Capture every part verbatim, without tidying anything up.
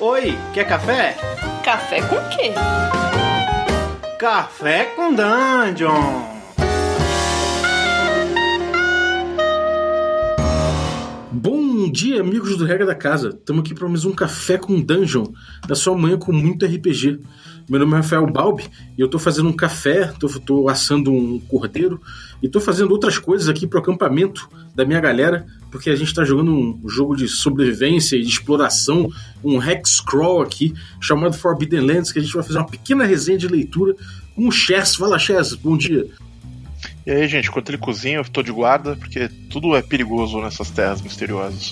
Oi, quer café? Café com quê? Café com Dungeon! Bom dia, amigos do Regra da Casa. Estamos aqui para mais um Café com Dungeon, da sua manhã com muito R P G. Meu nome é Rafael Balbi e eu estou fazendo um café, estou assando um cordeiro e estou fazendo outras coisas aqui para o acampamento da minha galera, porque a gente está jogando um jogo de sobrevivência e de exploração, um Hexcrawl aqui, chamado Forbidden Lands, que a gente vai fazer uma pequena resenha de leitura com o Chess. Fala, Chess, bom dia. E aí, gente, enquanto ele cozinha, eu tô de guarda, porque tudo é perigoso nessas terras misteriosas.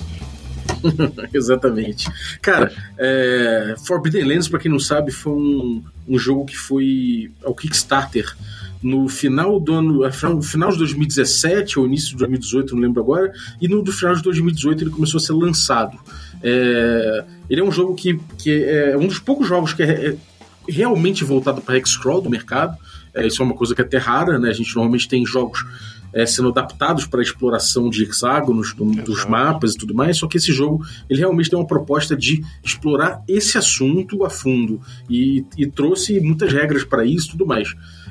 Exatamente. Cara, é, Forbidden Lands, pra quem não sabe, foi um, um jogo que foi ao Kickstarter no final do ano, no final de dois mil e dezessete ou início de dois mil e dezoito, não lembro agora, e no do final de dois mil e dezoito ele começou a ser lançado. É, ele é um jogo que, que é um dos poucos jogos que é, é realmente voltado para Hexcrawl do mercado. É, isso é uma coisa que é até rara, né? A gente normalmente tem jogos é, sendo adaptados para a exploração de hexágonos, do, dos mapas e tudo mais, só que esse jogo ele realmente tem uma proposta de explorar esse assunto a fundo e, e trouxe muitas regras para isso e tudo mais.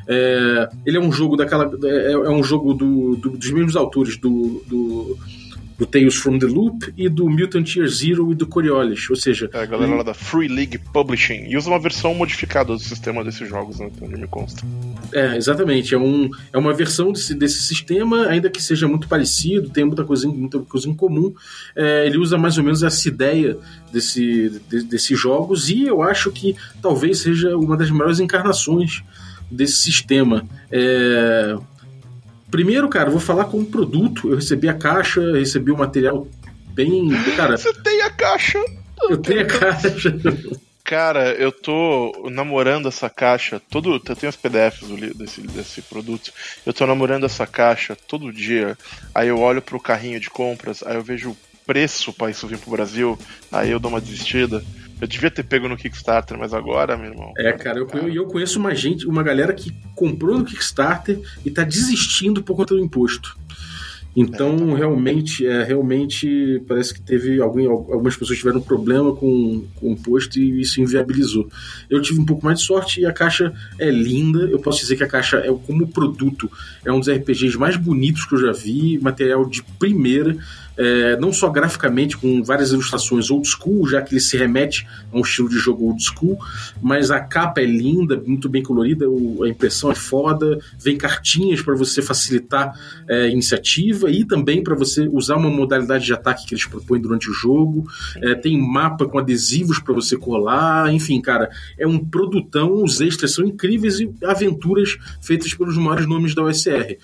É, ele é um jogo daquela é, é um jogo do, do, dos mesmos autores do, do do Tales from the Loop e do Mutant Year Zero e do Coriolis, ou seja... É, a galera ele... lá da Free League Publishing, e usa uma versão modificada do sistema desses jogos, né, onde me consta. É, exatamente, é, um, é uma versão desse, desse sistema, ainda que seja muito parecido, tem muita coisa, muita coisa em comum, é, ele usa mais ou menos essa ideia desse, de, desses jogos, e eu acho que talvez seja uma das melhores encarnações desse sistema. É... Primeiro, cara, eu vou falar como produto. Eu recebi a caixa, eu recebi o material bem... Cara, você tem a caixa? Eu tenho a caixa. Cara, eu tô namorando essa caixa todo... Eu tenho os P D Fs desse, desse produto. Eu tô namorando essa caixa todo dia. Aí eu olho pro carrinho de compras, aí eu vejo o preço pra isso vir pro Brasil, aí eu dou uma desistida. Eu devia ter pego no Kickstarter, mas agora, meu irmão... É, cara, eu, eu, eu conheço uma gente, uma galera que comprou no Kickstarter e tá desistindo por conta do imposto. Então, é, tá realmente, é, realmente parece que teve alguém, algumas pessoas tiveram problema com, com o imposto e isso inviabilizou. Eu tive um pouco mais de sorte e a caixa é linda. Eu posso dizer que a caixa, é como produto, é um dos R P Gs mais bonitos que eu já vi, material de primeira. É, não só graficamente, com várias ilustrações old school, já que ele se remete a um estilo de jogo old school, mas a capa é linda, muito bem colorida, o, a impressão é foda, vem cartinhas para você facilitar é, a iniciativa e também para você usar uma modalidade de ataque que eles propõem durante o jogo. É, tem mapa com adesivos para você colar, enfim, cara, é um produtão, os extras são incríveis e aventuras feitas pelos maiores nomes da O S R.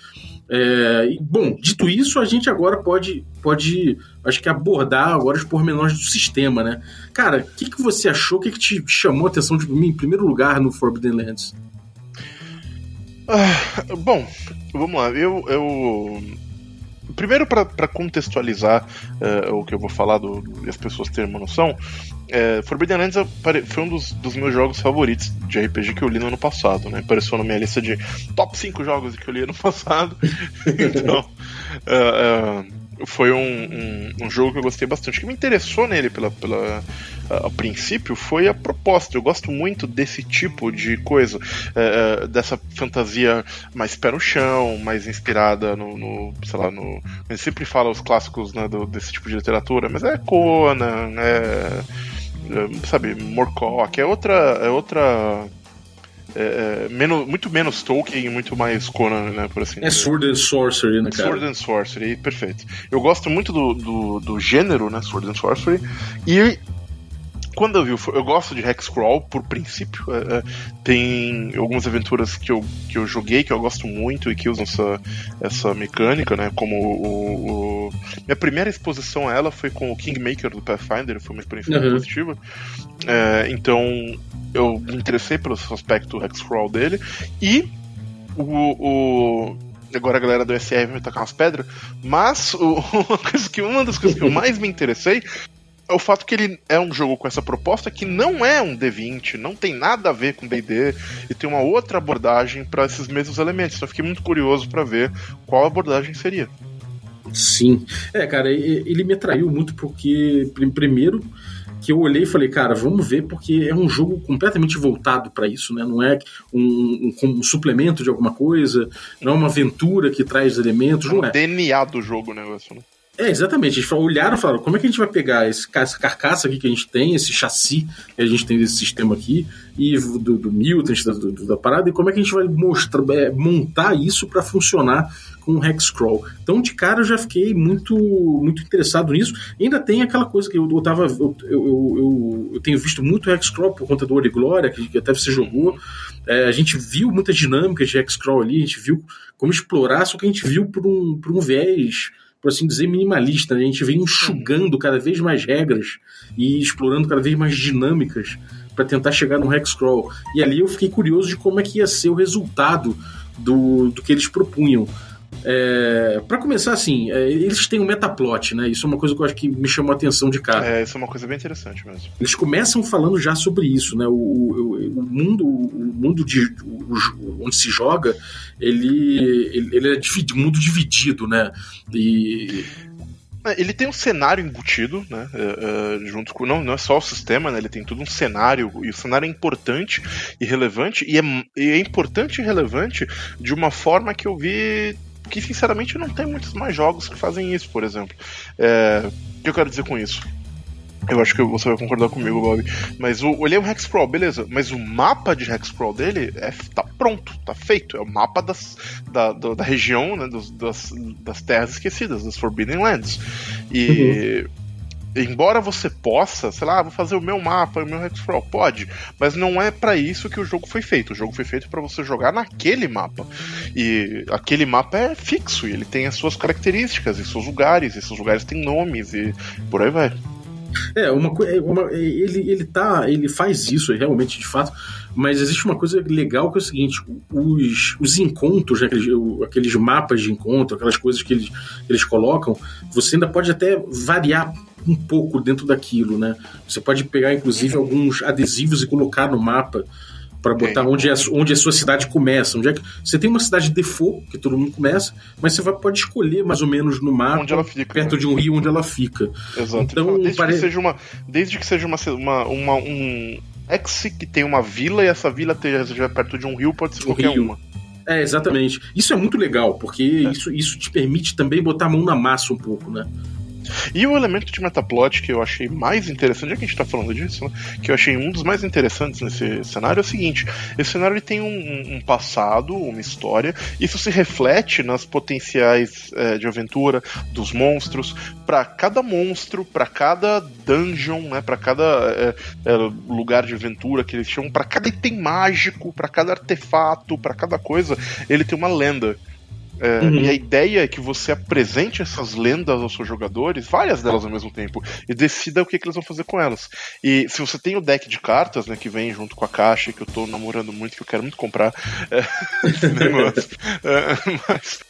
É, bom, dito isso, a gente agora pode, pode acho que abordar agora os pormenores do sistema, né? Cara, o que, que você achou, o que, que te chamou a atenção de mim em primeiro lugar no Forbidden Lands? Ah, bom, vamos lá, eu... eu... Primeiro, para contextualizar uh, o que eu vou falar do, e as pessoas terem uma noção, uh, Forbidden Lands foi um dos, dos meus jogos favoritos de R P G que eu li no ano passado, né? Apareceu na minha lista de top cinco jogos que eu li ano passado. Então, uh, uh, foi um, um, um jogo que eu gostei bastante. O que me interessou nele pela, pela, uh, a princípio foi a proposta. Eu gosto muito desse tipo de coisa, uh, dessa fantasia mais pé no chão, mais inspirada no, no sei lá, no... A gente sempre fala os clássicos, né, do, desse tipo de literatura, mas é Conan, é, é sabe, Moorcock, é outra... É outra É, é, menos, muito menos Tolkien e muito mais Conan, né, por assim dizer. É Sword and Sorcery, né, cara? Sword and Sorcery, perfeito. Eu gosto muito do, do, do gênero, né, Sword and Sorcery, e quando eu vi, eu gosto de Hexcrawl por princípio. É, é, tem algumas aventuras que eu, que eu joguei que eu gosto muito e que usam essa, essa mecânica, né, como o, o... Minha primeira exposição a ela foi com o Kingmaker do Pathfinder, foi uma experiência muito uhum. positiva. É, então eu me interessei pelo aspecto Hexcrawl dele e o, o... agora a galera do S R vai me tacar umas pedras, mas o, uma, coisa que, uma das coisas que eu mais me interessei é o fato que ele é um jogo com essa proposta que não é um D vinte, não tem nada a ver com D e D e tem uma outra abordagem para esses mesmos elementos. Então eu fiquei muito curioso para ver qual abordagem seria. Sim. É, cara, ele me atraiu muito porque, primeiro, que eu olhei e falei, cara, vamos ver, porque é um jogo completamente voltado para isso, né? Não é um, um, um suplemento de alguma coisa, não é uma aventura que traz elementos, é não é. O D N A do jogo o negócio, né? É, exatamente. Eles olharam e falaram, como é que a gente vai pegar esse, essa carcaça aqui que a gente tem, esse chassi que a gente tem desse sistema aqui, e do, do Mutant, da, do, da parada, e como é que a gente vai mostrar, é, montar isso para funcionar com o Hexcrawl. Então, de cara, eu já fiquei muito, muito interessado nisso. E ainda tem aquela coisa que eu, eu tava... Eu, eu, eu, eu tenho visto muito Hexcrawl por conta do Ouro e Glória, que até você jogou. É, a gente viu muitas dinâmicas de Hexcrawl ali, a gente viu como explorar, só que a gente viu por um, por um viés, por assim dizer, minimalista, né? A gente vem enxugando cada vez mais regras e explorando cada vez mais dinâmicas para tentar chegar no Hexcrawl. E ali eu fiquei curioso de como é que ia ser o resultado do, do que eles propunham. É, para começar, assim, é, eles têm um metaplot, né? Isso é uma coisa que eu acho que me chamou a atenção de cara. É, isso é uma coisa bem interessante mesmo. Eles começam falando já sobre isso, né? O, o, o mundo, o mundo de, o, onde se joga, ele, ele, ele é dividido, um mundo dividido, né? E... Ele tem um cenário embutido, né? Uh, uh, junto com. Não, não é só o sistema, né? Ele tem todo um cenário, e o cenário é importante e relevante, e é, e é importante e relevante de uma forma que eu vi que, sinceramente, não tem muitos mais jogos que fazem isso, por exemplo. É, o que eu quero dizer com isso? Eu acho que você vai concordar comigo, Bob. Mas o, olhei o Hexcrawl, beleza. Mas o mapa de Hexcrawl dele é, tá pronto, tá feito. É o mapa das, da, da, da região, né, dos, das, das terras esquecidas, das Forbidden Lands. E... Uhum. Embora você possa, sei lá, vou fazer o meu mapa, o meu Hexcrawl, pode, mas não é pra isso que o jogo foi feito. O jogo foi feito pra você jogar naquele mapa. E aquele mapa é fixo, e ele tem as suas características, e seus lugares, e seus lugares têm nomes, e por aí vai. É, uma coisa. Ele, ele, tá, ele faz isso realmente, de fato, mas existe uma coisa legal que é o seguinte: os, os encontros, né, aqueles, aqueles mapas de encontro, aquelas coisas que eles, que eles colocam, você ainda pode até variar um pouco dentro daquilo, né? Você pode pegar, inclusive, alguns adesivos e colocar no mapa para botar onde, é, onde a sua cidade começa. Onde é que, você tem uma cidade default, que todo mundo começa, mas você vai, pode escolher mais ou menos no mapa, onde ela fica, perto, né, de um rio, onde ela fica. Exato. Então, desde, pare... que seja uma, desde que seja uma, uma, uma um X que tem uma vila, e essa vila esteja perto de um rio, pode ser um qualquer rio. Uma. É, exatamente. Isso é muito legal, porque é. isso, isso te permite também botar a mão na massa um pouco, né? E o elemento de metaplot que eu achei mais interessante, já que a gente tá falando disso, né, que eu achei um dos mais interessantes nesse cenário é o seguinte: esse cenário ele tem um, um passado, uma história, isso se reflete nas potenciais é, de aventura dos monstros, para cada monstro, para cada dungeon, né, para cada é, é, lugar de aventura que eles chamam, para cada item mágico, para cada artefato, para cada coisa, ele tem uma lenda. É, uhum. E a ideia é que você apresente essas lendas aos seus jogadores, várias delas ao mesmo tempo, e decida o que, que eles vão fazer com elas. E se você tem o deck de cartas, né, que vem junto com a caixa, que eu tô namorando muito, que eu quero muito comprar, é, esse negócio. É, mas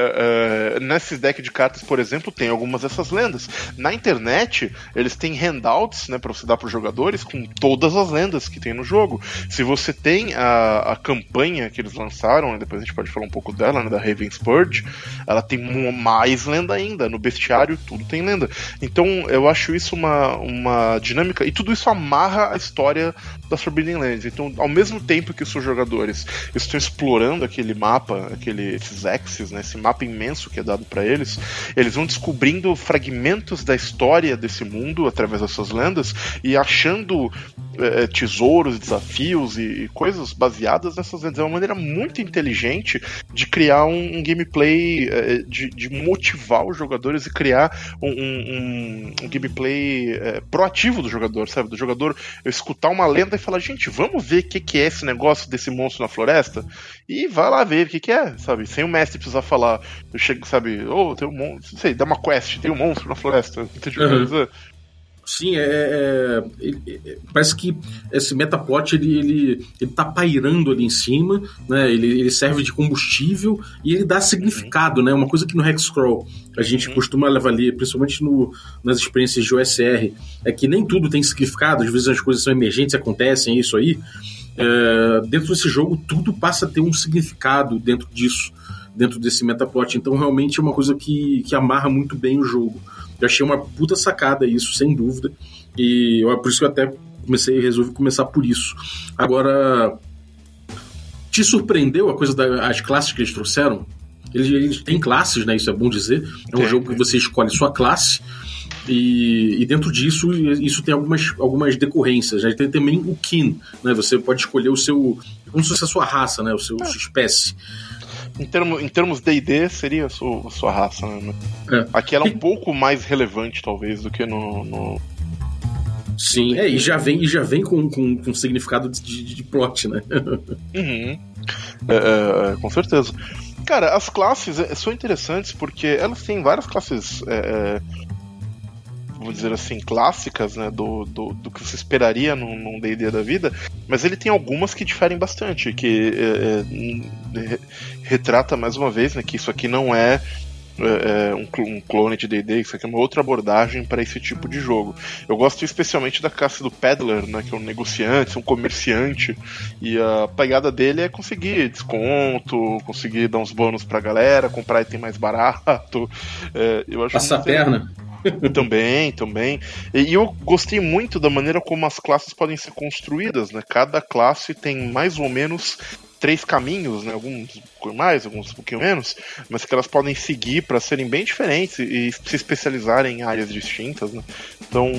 é, é, nesse deck de cartas, por exemplo, tem algumas dessas lendas. Na internet, eles têm handouts, né, pra você dar pros jogadores com todas as lendas que tem no jogo. Se você tem a, a campanha que eles lançaram, né, depois a gente pode falar um pouco dela, né, da Raven's Purge, ela tem mais lenda ainda. No bestiário tudo tem lenda. Então eu acho isso uma, uma dinâmica, e tudo isso amarra a história das Forbidden Lands. Então, ao mesmo tempo que os seus jogadores estão explorando aquele mapa, aquele, esses axes, né, esse mapa imenso que é dado para eles, eles vão descobrindo fragmentos da história desse mundo através das suas lendas e achando é, tesouros, desafios e, e coisas baseadas nessas lendas. É uma maneira muito inteligente de criar um, um gameplay, é, de, de motivar os jogadores e criar um, um, um gameplay é, proativo do jogador, sabe? Do jogador escutar uma lenda e falar: gente, vamos ver o que, que é esse negócio desse monstro na floresta? E vai lá ver o que, que é, sabe? Sem o mestre precisar falar. Eu chego, sabe? Ô, oh, tem um monstro, não sei, dá uma quest, tem um monstro na floresta. Entende o que eu dizer? Sim, é, é, é, é, parece que esse metaplot ele, ele, ele tá pairando ali em cima, né? Ele, ele serve de combustível e ele dá significado, uhum. né? Uma coisa que no Hexcrawl a gente uhum. costuma levar ali, principalmente no, nas experiências de O S R, é que nem tudo tem significado, às vezes as coisas são emergentes, acontecem, é isso aí. É, dentro desse jogo tudo passa a ter um significado dentro disso, dentro desse metaplot. Então realmente é uma coisa que, que amarra muito bem o jogo. Eu achei uma puta sacada isso, sem dúvida. E eu, por isso que eu até comecei, resolvi começar por isso. Agora, te surpreendeu a coisa das classes que eles trouxeram? Eles, eles têm classes, né? Isso é bom dizer. É um Tem. jogo que você escolhe sua classe e, e dentro disso isso tem algumas, algumas decorrências, né? Tem também o kin, né? Você pode escolher o seu, como se fosse a sua raça, né? O seu, É. sua espécie. Em, termo, em termos D e D, seria a sua, a sua raça, né? É. Aqui ela é um pouco mais relevante, talvez, do que no... no... Sim, é, e já vem, e já vem com, com, com significado de, de, de plot, né? Uhum. É, é, com certeza. Cara, as classes é, são interessantes porque elas têm várias classes, é, vamos dizer assim, clássicas, né, do, do, do que você esperaria num, num D e D da vida, mas ele tem algumas que diferem bastante, que é, é, retrata mais uma vez, né, que isso aqui não é É, um, um clone de D e D, isso aqui é uma outra abordagem para esse tipo de jogo. Eu gosto especialmente da classe do Peddler, né, que é um negociante, um comerciante, e a pegada dele é conseguir desconto, conseguir dar uns bônus pra galera, comprar item mais barato. É, eu acho Passar a perna. Também, também. E eu gostei muito da maneira como as classes podem ser construídas, né? Cada classe tem mais ou menos três caminhos, né? Alguns um pouquinho mais, alguns um pouquinho menos, mas que elas podem seguir para serem bem diferentes e se especializarem em áreas distintas, né? Então,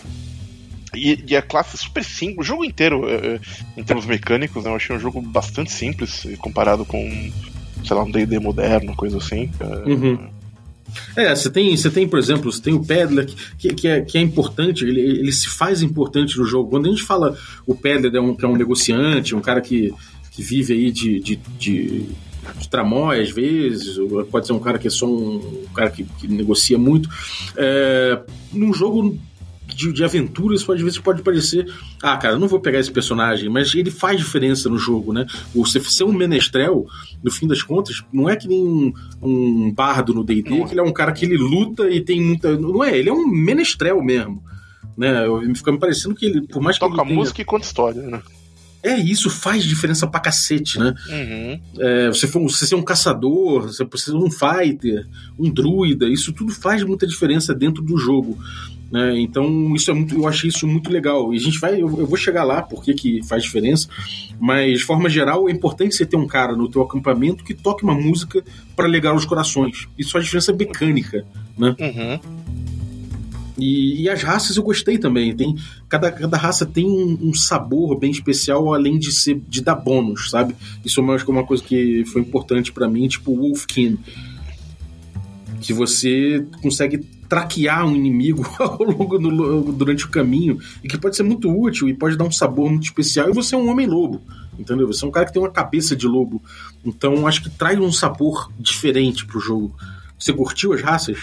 e, e a classe é super simples, o jogo inteiro, é, em termos mecânicos, né? Eu achei um jogo bastante simples comparado com, sei lá, um D e D moderno, coisa assim. É, uhum. É, você tem, você tem, por exemplo, você tem o Peddler, que, que, é, que é importante, ele, ele se faz importante no jogo. Quando a gente fala o Peddler é um, que é um negociante, um cara que, que vive aí de, de, de, de tramóia às vezes, ou pode ser um cara que é só um, um cara que, que negocia muito. É, num jogo de, de aventura, isso às vezes pode parecer, ah, cara, eu não vou pegar esse personagem, mas ele faz diferença no jogo, né? Você ser um menestrel, no fim das contas, não é que nem um, um bardo no D e D, que ele é um cara que ele luta e tem muita... Não é, ele é um menestrel mesmo, né? Eu, fica me parecendo que ele, por mais que toca ele tenha... música e conta história, né? É, isso faz diferença pra cacete, né? Uhum. É, você, for, você ser um caçador, você ser um fighter, um druida, isso tudo faz muita diferença dentro do jogo, né? Então, isso é muito, eu achei isso muito legal. E a gente vai, eu, eu vou chegar lá, porque que faz diferença, mas de forma geral, é importante você ter um cara no teu acampamento que toque uma música para alegar os corações. Isso faz diferença mecânica, né? Uhum. E, e as raças eu gostei também. Tem, cada, cada raça tem um, um sabor bem especial, além de ser de dar bônus, sabe? Isso é uma, acho que é uma coisa que foi importante pra mim, tipo o Wolfkin, que você consegue traquear um inimigo ao longo do, durante o caminho, e que pode ser muito útil e pode dar um sabor muito especial. E você é um homem-lobo, entendeu? Você é um cara que tem uma cabeça de lobo, então acho que traz um sabor diferente pro jogo. Você curtiu as raças?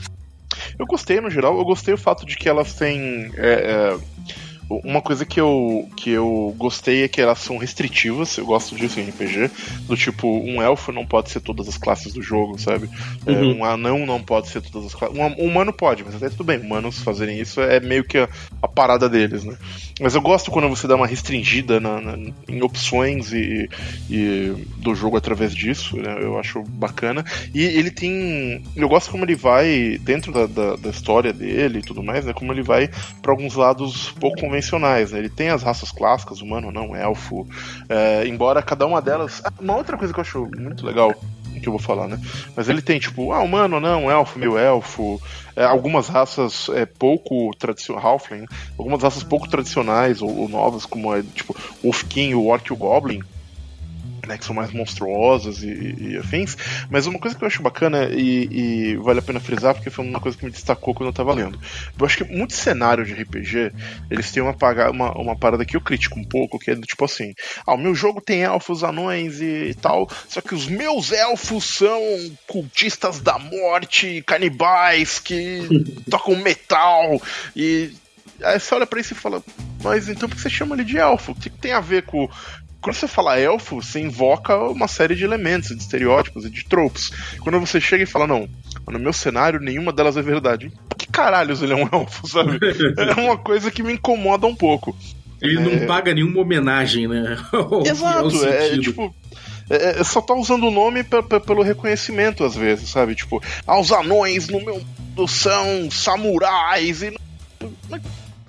Eu gostei, no geral, eu gostei do fato de que elas têm... É, é, uma coisa que eu, que eu gostei é que elas são restritivas, eu gosto disso em R P G, do tipo, um elfo não pode ser todas as classes do jogo, sabe? Uhum. É, um anão não pode ser todas as classes... Um, um humano pode, mas até tudo bem, humanos fazerem isso é meio que a, a parada deles, né? Mas eu gosto quando você dá uma restringida na, na, em opções e, e do jogo através disso, né? Eu acho bacana. E ele tem... Eu gosto como ele vai, dentro da, da, da história dele e tudo mais, né? Como ele vai para alguns lados pouco convencionais, né? Ele tem as raças clássicas, humano, não, elfo, é, embora cada uma delas... Ah, uma outra coisa que eu acho muito legal, que eu vou falar, né? Mas ele tem, tipo, ah, humano, não, elfo, meio elfo, é, algumas raças é, pouco tradicionais, halfling, algumas raças pouco tradicionais ou, ou novas, como é, tipo, o Wolfkin, o Orc e o Goblin, né, que são mais monstruosas e, e afins, mas uma coisa que eu acho bacana e, e vale a pena frisar, porque foi uma coisa que me destacou quando eu tava lendo. Eu acho que muitos cenários de R P G, eles têm uma, uma, uma parada que eu critico um pouco, que é do tipo assim, ah, o meu jogo tem elfos, anões e, e tal, só que os meus elfos são cultistas da morte, canibais, que tocam metal, e aí você olha pra isso e fala, mas então por que você chama ele de elfo? O que tem a ver com... Quando você fala elfo, você invoca uma série de elementos, de estereótipos e de tropes. Quando você chega e fala, não, no meu cenário nenhuma delas é verdade. Por que caralhos ele é um elfo, sabe? É uma coisa que me incomoda um pouco. Ele é... não paga nenhuma homenagem, né? Exato, é, é tipo... É, é, só tá usando o nome p- p- pelo reconhecimento, às vezes, sabe? Tipo, ah, os anões no meu mundo são samurais e...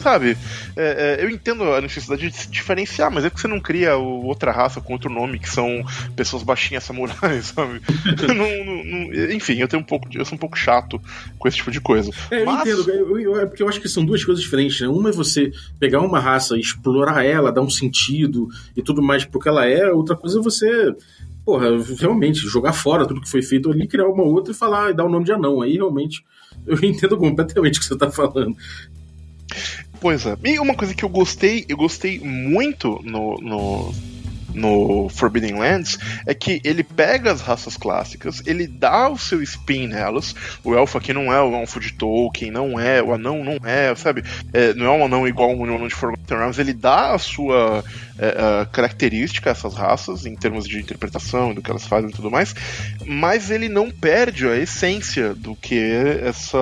sabe, é, é, eu entendo a necessidade de se diferenciar, mas é que você não cria o, outra raça com outro nome, que são pessoas baixinhas samurais, sabe? não, não, não, enfim, eu tenho um pouco, eu sou um pouco chato com esse tipo de coisa. É, eu mas... entendo, eu, eu, é porque eu acho que são duas coisas diferentes, né? Uma é você pegar uma raça, explorar ela, dar um sentido e tudo mais porque ela é, outra coisa é você, porra, realmente jogar fora tudo que foi feito ali, criar uma outra e falar e dar o nome de anão. Aí realmente eu entendo completamente o que você tá falando. Pois é. E uma coisa que eu gostei, eu gostei muito no, no, no Forbidden Lands é que ele pega as raças clássicas, ele dá o seu spin nelas. O elfo aqui não é o elfo de Tolkien, não é, o anão não é, sabe? É, não é um anão igual um anão de Forgotten Realms, ele dá a sua é, a característica a essas raças, em termos de interpretação, do que elas fazem e tudo mais, mas ele não perde a essência do que essa...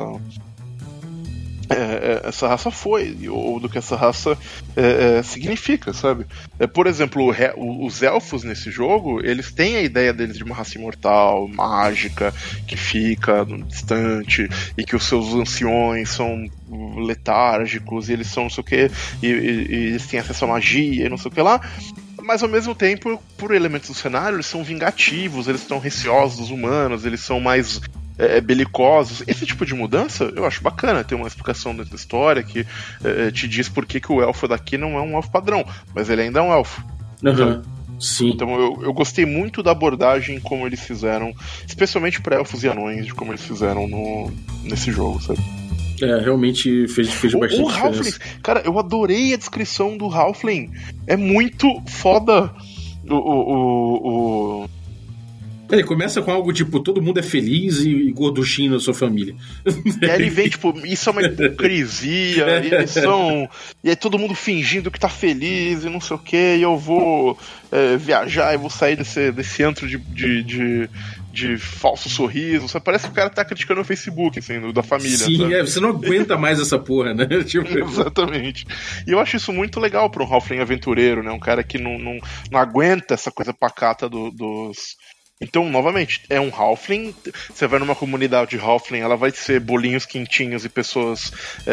É, essa raça foi, ou do que essa raça é, é, significa, sabe? É, por exemplo, o re, os elfos nesse jogo, eles têm a ideia deles de uma raça imortal, mágica, que fica distante, e que os seus anciões são letárgicos, e eles são não sei o que, e, e, e eles têm acesso à magia, e não sei o que lá. Mas ao mesmo tempo, por elementos do cenário, eles são vingativos, eles estão receosos dos humanos, eles são mais é, belicosos. Esse tipo de mudança eu acho bacana. Tem uma explicação dentro da história que é, te diz por que, que o elfo daqui não é um elfo padrão, mas ele ainda é um elfo. Uhum. Então, sim. Então eu, eu gostei muito da abordagem como eles fizeram, especialmente para elfos e anões, de como eles fizeram no, nesse jogo, sabe? É, realmente fez, fez o, bastante o diferença. Halfling, cara, eu adorei a descrição do Halfling. É muito foda. O, o, o, o... Ele começa com algo tipo, todo mundo é feliz e gorduchinho na sua família. E aí ele vem, tipo, isso é uma hipocrisia, e eles são... E aí todo mundo fingindo que tá feliz e não sei o que, e eu vou é, viajar e vou sair desse, desse antro de... de, de... de falso sorriso, sabe? Parece que o cara tá criticando o Facebook, assim, da família. Sim, é, você não aguenta mais essa porra, né? Tipo... Exatamente. E eu acho isso muito legal pra um Halfling aventureiro, né? Um cara que não, não, não aguenta essa coisa pacata do, dos... Então, novamente, é um Halfling. Você vai numa comunidade de Halfling, ela vai ser bolinhos quentinhos e pessoas é,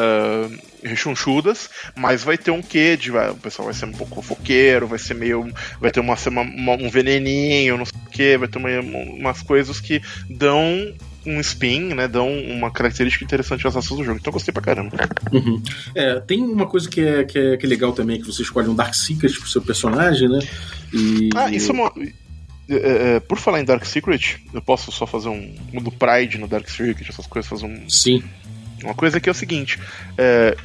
é, rechonchudas, mas vai ter um quê de... Vai, o pessoal vai ser um pouco fofoqueiro, vai ser meio... Vai ter uma, uma, uma, um veneninho, não sei o quê, vai ter uma, umas coisas que dão um spin, né, dão uma característica interessante às raças do jogo. Então eu gostei pra caramba. Uhum. É, tem uma coisa que é, que, é, que é legal também, que você escolhe um Dark Secret pro seu personagem, né? E... Ah, isso é uma... É, é, por falar em Dark Secret, eu posso só fazer um, um do Pride no Dark Secret, essas coisas, fazer um... Sim. Uma coisa que é o seguinte, é,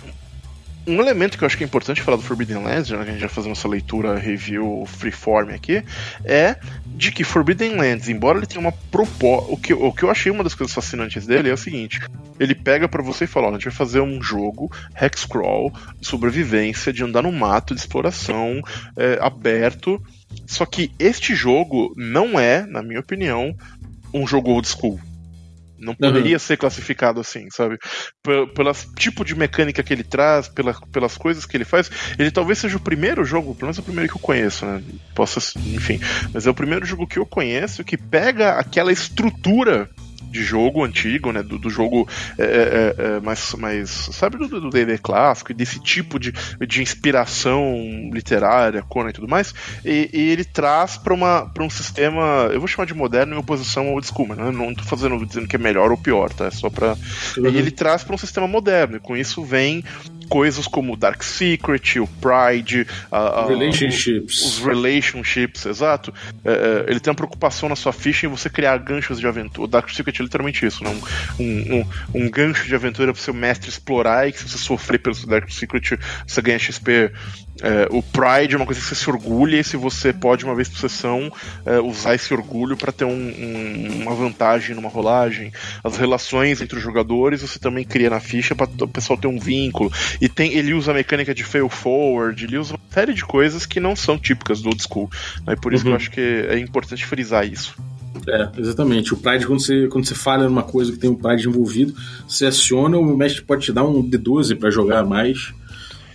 um elemento que eu acho que é importante falar do Forbidden Lands, já que a gente já fazendo essa leitura review freeform aqui, é de que Forbidden Lands, embora ele tenha uma proposta, o que, o que eu achei uma das coisas fascinantes dele é o seguinte, ele pega pra você e fala, ó, a gente vai fazer um jogo hexcrawl, de sobrevivência, de andar no mato, de exploração, é, aberto, só que este jogo não é, na minha opinião, um jogo old school. Não poderia uhum. ser classificado assim, sabe? P- pelo tipo de mecânica que ele traz, pela, pelas coisas que ele faz. Ele talvez seja o primeiro jogo, pelo menos é o primeiro que eu conheço, né? Possa, enfim. Mas é o primeiro jogo que eu conheço que pega aquela estrutura de jogo antigo, né, do, do jogo é, é, é, mais, mais, sabe, do D and D clássico, e desse tipo de, de inspiração literária, Conan e tudo mais, e, e ele traz para um sistema, eu vou chamar de moderno em oposição ao old school, mas não, não tô fazendo, dizendo que é melhor ou pior, tá, é só pra... Uhum. E ele traz para um sistema moderno, e com isso vem coisas como o Dark Secret, o Pride, a, a, relationships. Os, os relationships, exato. É, é, ele tem uma preocupação na sua ficha em você criar ganchos de aventura. O Dark Secret é literalmente isso, né? um, um, um, um gancho de aventura para o seu mestre explorar, e que se você sofrer pelo Dark Secret, você ganha X P. É, o Pride é uma coisa que você se orgulha, e se você pode, uma vez por sessão, é, usar esse orgulho para ter um, um, uma vantagem numa rolagem. As relações entre os jogadores você também cria na ficha para o pessoal ter um vínculo. E tem, ele usa a mecânica de fail forward, ele usa uma série de coisas que não são típicas do old school. Né? Por isso uhum. que eu acho que é importante frisar isso. É, exatamente. O Pride, quando você, quando você falha numa coisa que tem um Pride envolvido, você aciona, o mestre pode te dar um D doze para jogar a mais.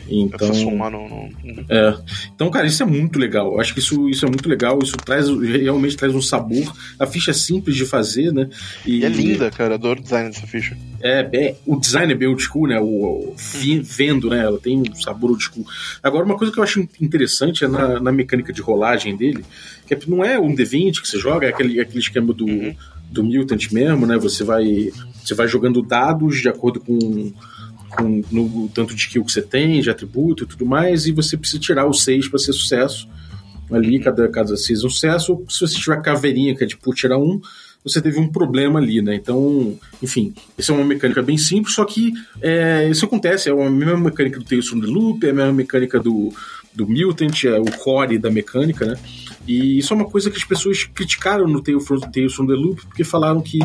Então, você somar no, no... É. Então, cara, isso é muito legal. Eu acho que isso, isso é muito legal. Isso traz, realmente traz um sabor. A ficha é simples de fazer, né? E, e é linda, cara. Adoro o design dessa ficha. É, é, o design é bem old school, né? O, o fi, vendo, né? Ela tem um sabor old school. Agora, uma coisa que eu acho interessante é na, na mecânica de rolagem dele, que não é um D vinte que você joga, é aquele, aquele esquema do, uhum. do Mutant mesmo, né? Você vai, você vai jogando dados de acordo com, com no, o tanto de kill que você tem, de atributo e tudo mais, e você precisa tirar os seis para ser sucesso. Ali, cada, cada seis é um sucesso, ou se você tiver caveirinha, que é tipo tirar um, você teve um problema ali, né? Então, enfim, isso é uma mecânica bem simples, só que é, isso acontece, é a mesma mecânica do Tales from the Loop, é a mesma mecânica do, do Mutant, é o core da mecânica, né? E isso é uma coisa que as pessoas criticaram no Tales from, Tales from the Loop, porque falaram que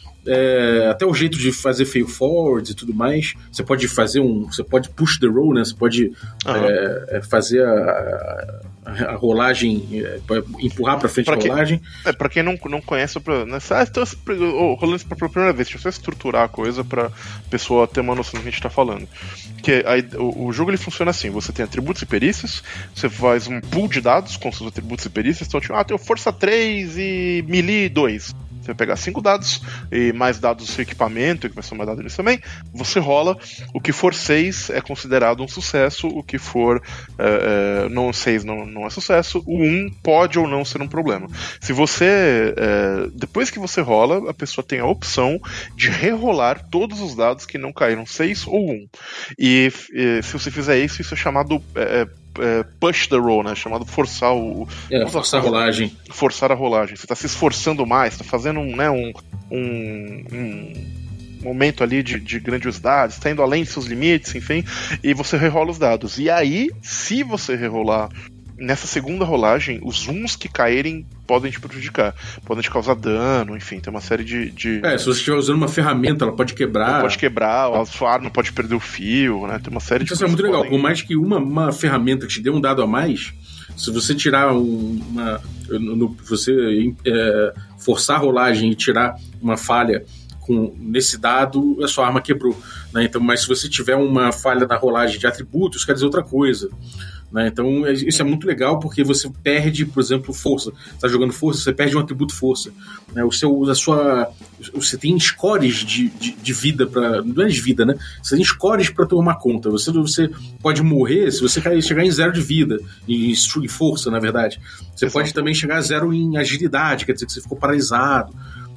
é, até o jeito de fazer fail forwards e tudo mais, você pode fazer um, você pode push the roll, né? Você pode uhum. é, fazer a, a, a rolagem, é, empurrar pra frente pra a quem, rolagem. É, pra quem não, não conhece, pra, né, ah, então, rolando isso pela primeira vez, deixa eu só estruturar a coisa pra pessoa ter uma noção do que a gente tá falando. Que aí, o, o jogo ele funciona assim: você tem atributos e perícias, você faz um pool de dados com seus atributos e perícias, então tipo, ah, tem força três e melee dois. Você vai pegar cinco dados e mais dados do seu equipamento, que vai somar dados nisso também. Você rola. O que for seis é considerado um sucesso. O que for é, é, não seis não, não é sucesso. O um pode ou não ser um problema. Se você é, depois que você rola, a pessoa tem a opção de rerolar todos os dados que não caíram seis ou um. E, e se você fizer isso, isso é chamado é, É, push the roll, né? Chamado forçar o. É, forçar a rolagem. Forçar a rolagem. Você está se esforçando mais, está fazendo um, né, um, um, um momento ali de, de grandiosidade, está indo além de seus limites, enfim, e você rerola os dados. E aí, se você rerolar nessa segunda rolagem, os uns que caírem podem te prejudicar, podem te causar dano, enfim, tem uma série de... de... É, se você estiver usando uma ferramenta, ela pode quebrar. Ela pode quebrar, a sua arma pode perder o fio, né? Tem uma série então, de... Isso é muito legal, podem... por mais que uma, uma ferramenta te dê um dado a mais, se você tirar um, uma... No, você é, forçar a rolagem e tirar uma falha com, nesse dado, a sua arma quebrou, né? Então, mas se você tiver uma falha na rolagem de atributos, quer dizer outra coisa. Né? Então isso é muito legal porque você perde, por exemplo, força. Você está jogando força, você perde um atributo força. Né? O seu, a sua, você tem scores de, de, de vida para, não é de vida, né? Você tem scores para tomar conta. Você, você pode morrer se você chegar em zero de vida, em, em força, na verdade. Você Exato. Pode também chegar a zero em agilidade, quer dizer que você ficou paralisado.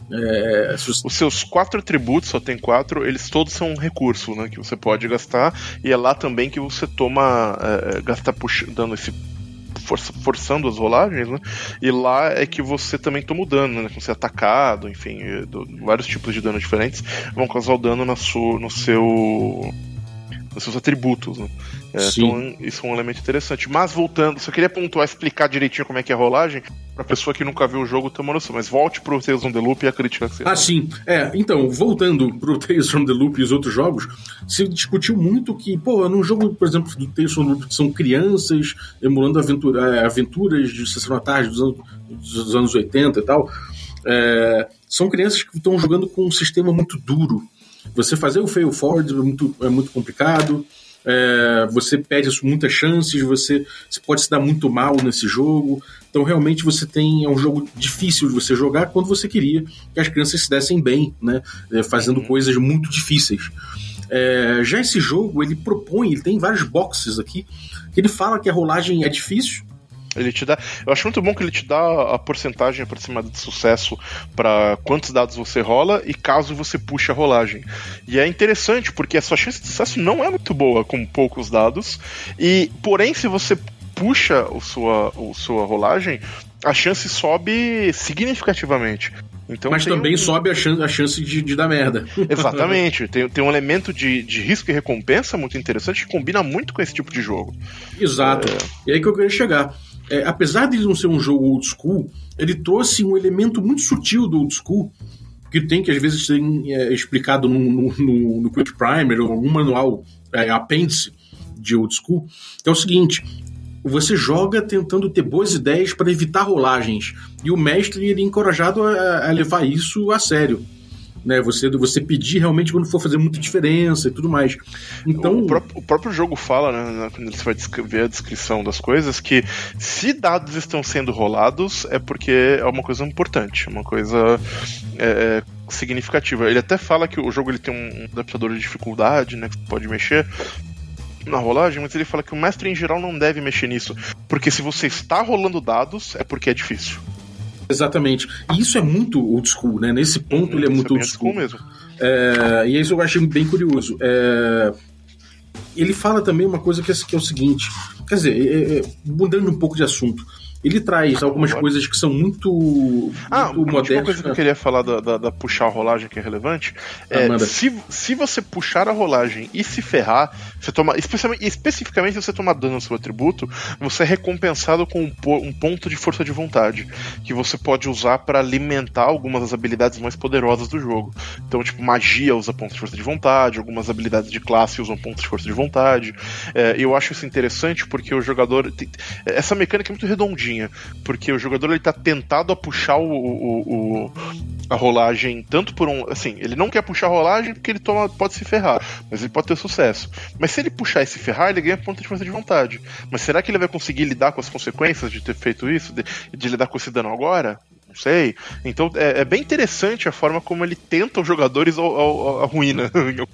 É, os seus quatro atributos, só tem quatro, eles todos são um recurso, né, que você pode gastar, e é lá também que você toma é, gasta puxa, dando esse força, forçando as rolagens, né, e lá é que você também toma o dano, né, quando você é atacado, enfim, do, vários tipos de dano diferentes vão causar o dano na sua, no seu nos seus atributos, né? É, então isso é um elemento interessante. Mas voltando, só queria pontuar, explicar direitinho como é que é a rolagem, pra pessoa que nunca viu o jogo ter uma noção, mas volte pro Tales from the Loop e a crítica que você Ah, faz. Sim. É, então, voltando pro Tales from the Loop e os outros jogos, se discutiu muito que, pô, num jogo, por exemplo, do Tales from the Loop, são crianças emulando aventura, aventuras de Sessão da Tarde dos anos, dos anos oitenta e tal, é, são crianças que estão jogando com um sistema muito duro. Você fazer o fail forward é muito, é muito complicado, é, você perde muitas chances, você, você pode se dar muito mal nesse jogo, então realmente você tem, é um jogo difícil de você jogar quando você queria que as crianças se dessem bem, né, fazendo coisas muito difíceis. É, já esse jogo, ele propõe, ele tem vários boxes aqui, que ele fala que a rolagem é difícil. Ele te dá, eu acho muito bom que ele te dá a porcentagem aproximada de sucesso para quantos dados você rola e caso você puxe a rolagem. E é interessante porque a sua chance de sucesso não é muito boa com poucos dados, e porém se você puxa o sua, o sua rolagem, a chance sobe significativamente. Então, mas também um... sobe a chance, a chance de, de dar merda. Exatamente. Tem, tem um elemento de, de risco e recompensa muito interessante que combina muito com esse tipo de jogo. Exato. É... E aí que eu queria chegar. É, apesar de não ser um jogo old school, ele trouxe um elemento muito sutil do old school, que tem que às vezes ser é, explicado no, no, no, no Quick Primer ou algum manual é, apêndice de old school, que é o seguinte: você joga tentando ter boas ideias para evitar rolagens, e o mestre ele é encorajado a, a levar isso a sério. né? Você, você pedir realmente quando for fazer muita diferença e tudo mais. Então, o, pró- o próprio jogo fala, né, quando você vai ver a descrição das coisas, que se dados estão sendo rolados é porque é uma coisa importante, uma coisa é, significativa. Ele até fala que o jogo ele tem um adaptador de dificuldade, né, que você pode mexer na rolagem, mas ele fala que o mestre em geral não deve mexer nisso, porque se você está rolando dados é porque é difícil. Exatamente. E isso é muito old school, né? Nesse ponto hum, ele é muito é old school. old school mesmo. É, e isso eu achei bem curioso. É, ele fala também uma coisa que é, que é o seguinte, quer dizer, é, é, mudando um pouco de assunto, ele traz algumas Agora. coisas que são muito, ah, muito modernas. Uma coisa que eu queria falar da, da, da puxar a rolagem que é relevante é ah, se, se você puxar a rolagem e se ferrar, você toma, especificamente, especificamente se você tomar dano no seu atributo, você é recompensado com um, um ponto de força de vontade que você pode usar para alimentar algumas das habilidades mais poderosas do jogo. Então, tipo, magia usa pontos de força de vontade, algumas habilidades de classe usam pontos de força de vontade. É, eu acho isso interessante porque o jogador tem, essa mecânica é muito redondinha, porque o jogador ele tá tentado a puxar o, o, o, a rolagem tanto por um... Assim, ele não quer puxar a rolagem porque ele toma, pode se ferrar, mas ele pode ter sucesso. Mas se ele puxar e se ferrar, ele ganha ponto de força de vontade. Mas será que ele vai conseguir lidar com as consequências de ter feito isso? De, de lidar com esse dano agora? Não sei. Então é, é bem interessante a forma como ele tenta os jogadores ao, ao, à ruína.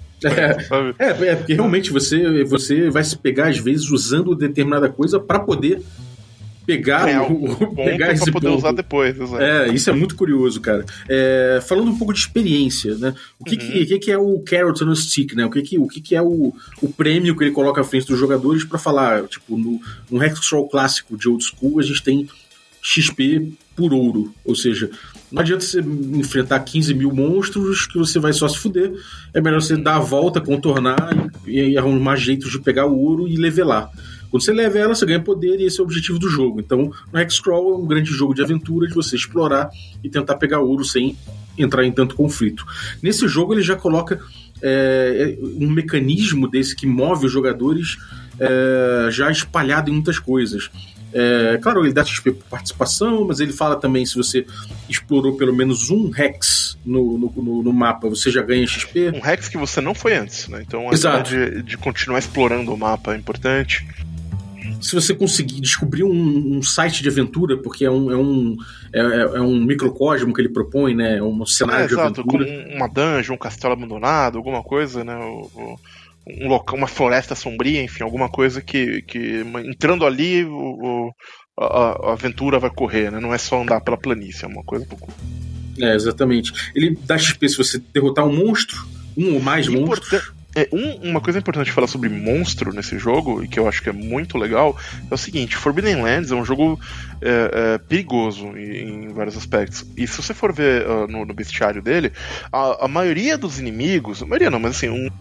É, é, é, porque realmente você, você vai se pegar às vezes usando determinada coisa para poder pegar é, o, o pegar esse pra poder ponto. usar depois. Exatamente. É, isso é muito curioso, cara. É, falando um pouco de experiência, né? O que, uhum. que, que, que é o Carrot on a Stick, né? O que, que, o que, que é o, o prêmio que ele coloca à frente dos jogadores para falar, tipo, no, no Hexcrawl clássico de Old School, a gente tem X P por ouro, ou seja, não adianta você enfrentar quinze mil monstros que você vai só se fuder, é melhor você dar a volta, contornar e, e arrumar jeitos de pegar o ouro e levelar. Quando você levela, você ganha poder e esse é o objetivo do jogo. Então, no Hexcrawl é um grande jogo de aventura de você explorar e tentar pegar ouro sem entrar em tanto conflito. Nesse jogo ele já coloca é, um mecanismo desse que move os jogadores é, já espalhado em muitas coisas. É, claro, ele dá X P por participação, mas ele fala também se você explorou pelo menos um hex no, no, no, no mapa, você já ganha X P. Um hex que você não foi antes, né? Então a ideia de, de continuar explorando o mapa é importante. Se você conseguir descobrir um, um site de aventura, porque é um, é, um, é, é um microcosmo que ele propõe, né? É um cenário é, de exato, aventura. Como uma dungeon, um castelo abandonado, alguma coisa, né? O, o, um local, uma floresta sombria, enfim, alguma coisa que, que entrando ali o, o, a, a aventura vai correr, né? Não é só andar pela planície, é uma coisa um pouco... É, exatamente. Ele dá X P se você derrotar um monstro, um ou mais Importan- monstros. É, um, uma coisa importante falar sobre monstro nesse jogo, e que eu acho que é muito legal, é o seguinte: Forbidden Lands é um jogo é, é, perigoso em, em vários aspectos. E se você for ver uh, no, no bestiário dele, a, a maioria dos inimigos, a maioria não, mas assim, um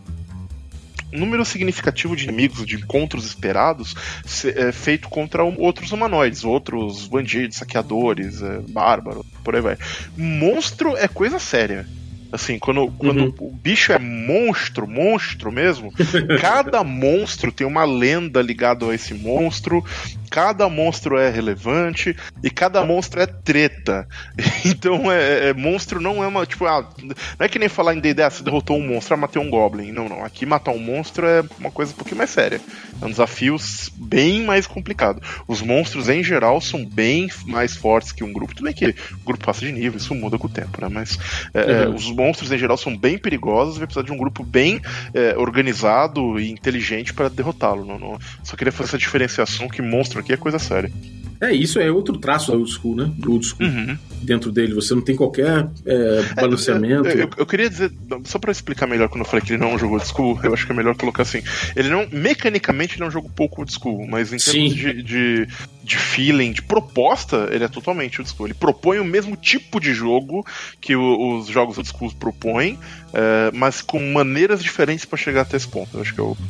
um número significativo de inimigos, de encontros esperados, é feito contra um, outros humanoides, outros bandidos, saqueadores, é, bárbaros, por aí vai. Monstro é coisa séria. Assim, quando, quando uhum. o bicho é monstro, monstro mesmo, cada monstro tem uma lenda ligada a esse monstro, cada monstro é relevante e cada monstro é treta. Então, é, é monstro não é uma, tipo, ah, não é que nem falar em D e D, ah, você derrotou um monstro, ah, matei um goblin. Não, não, aqui matar um monstro é uma coisa um pouquinho mais séria. É um desafio bem mais complicado. Os monstros, em geral, são bem mais fortes que um grupo. Tudo bem que o grupo passa de nível, isso muda com o tempo, né? Mas é, uhum. os monstros, em geral, são bem perigosos e vai precisar de um grupo bem é, organizado e inteligente para derrotá-lo. Não, não. Só queria fazer essa diferenciação que monstro aqui é coisa séria. É, isso é outro traço da Old School, né? Do Old School. Uhum. Dentro dele, você não tem qualquer é, balanceamento. É, eu, eu queria dizer, só pra explicar melhor, quando eu falei que ele não é um jogo Old School, eu acho que é melhor colocar assim. Ele não, mecanicamente, ele é um jogo pouco Old School, mas em termos de, de, de feeling, de proposta, ele é totalmente Old School. Ele propõe o mesmo tipo de jogo que o, os jogos Old School propõem, é, mas com maneiras diferentes pra chegar até esse ponto. Eu acho que eu.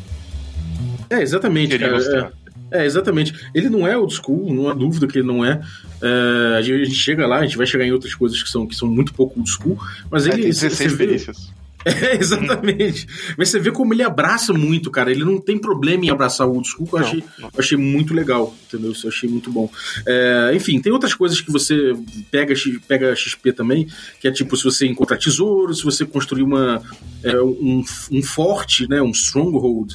É, exatamente, cara. É... É, exatamente. Ele não é old school, não há dúvida que ele não é. é. A gente chega lá, a gente vai chegar em outras coisas que são, que são muito pouco old school, mas ele... É, tem dezesseis perícias. É, exatamente. Mas você vê como ele abraça muito, cara. Ele não tem problema em abraçar o old school. Eu achei, eu achei muito legal, entendeu? Isso eu achei muito bom. É, enfim, tem outras coisas que você pega, pega X P também, que é tipo, se você encontrar tesouro, se você construir uma, é, um, um forte, né, um stronghold.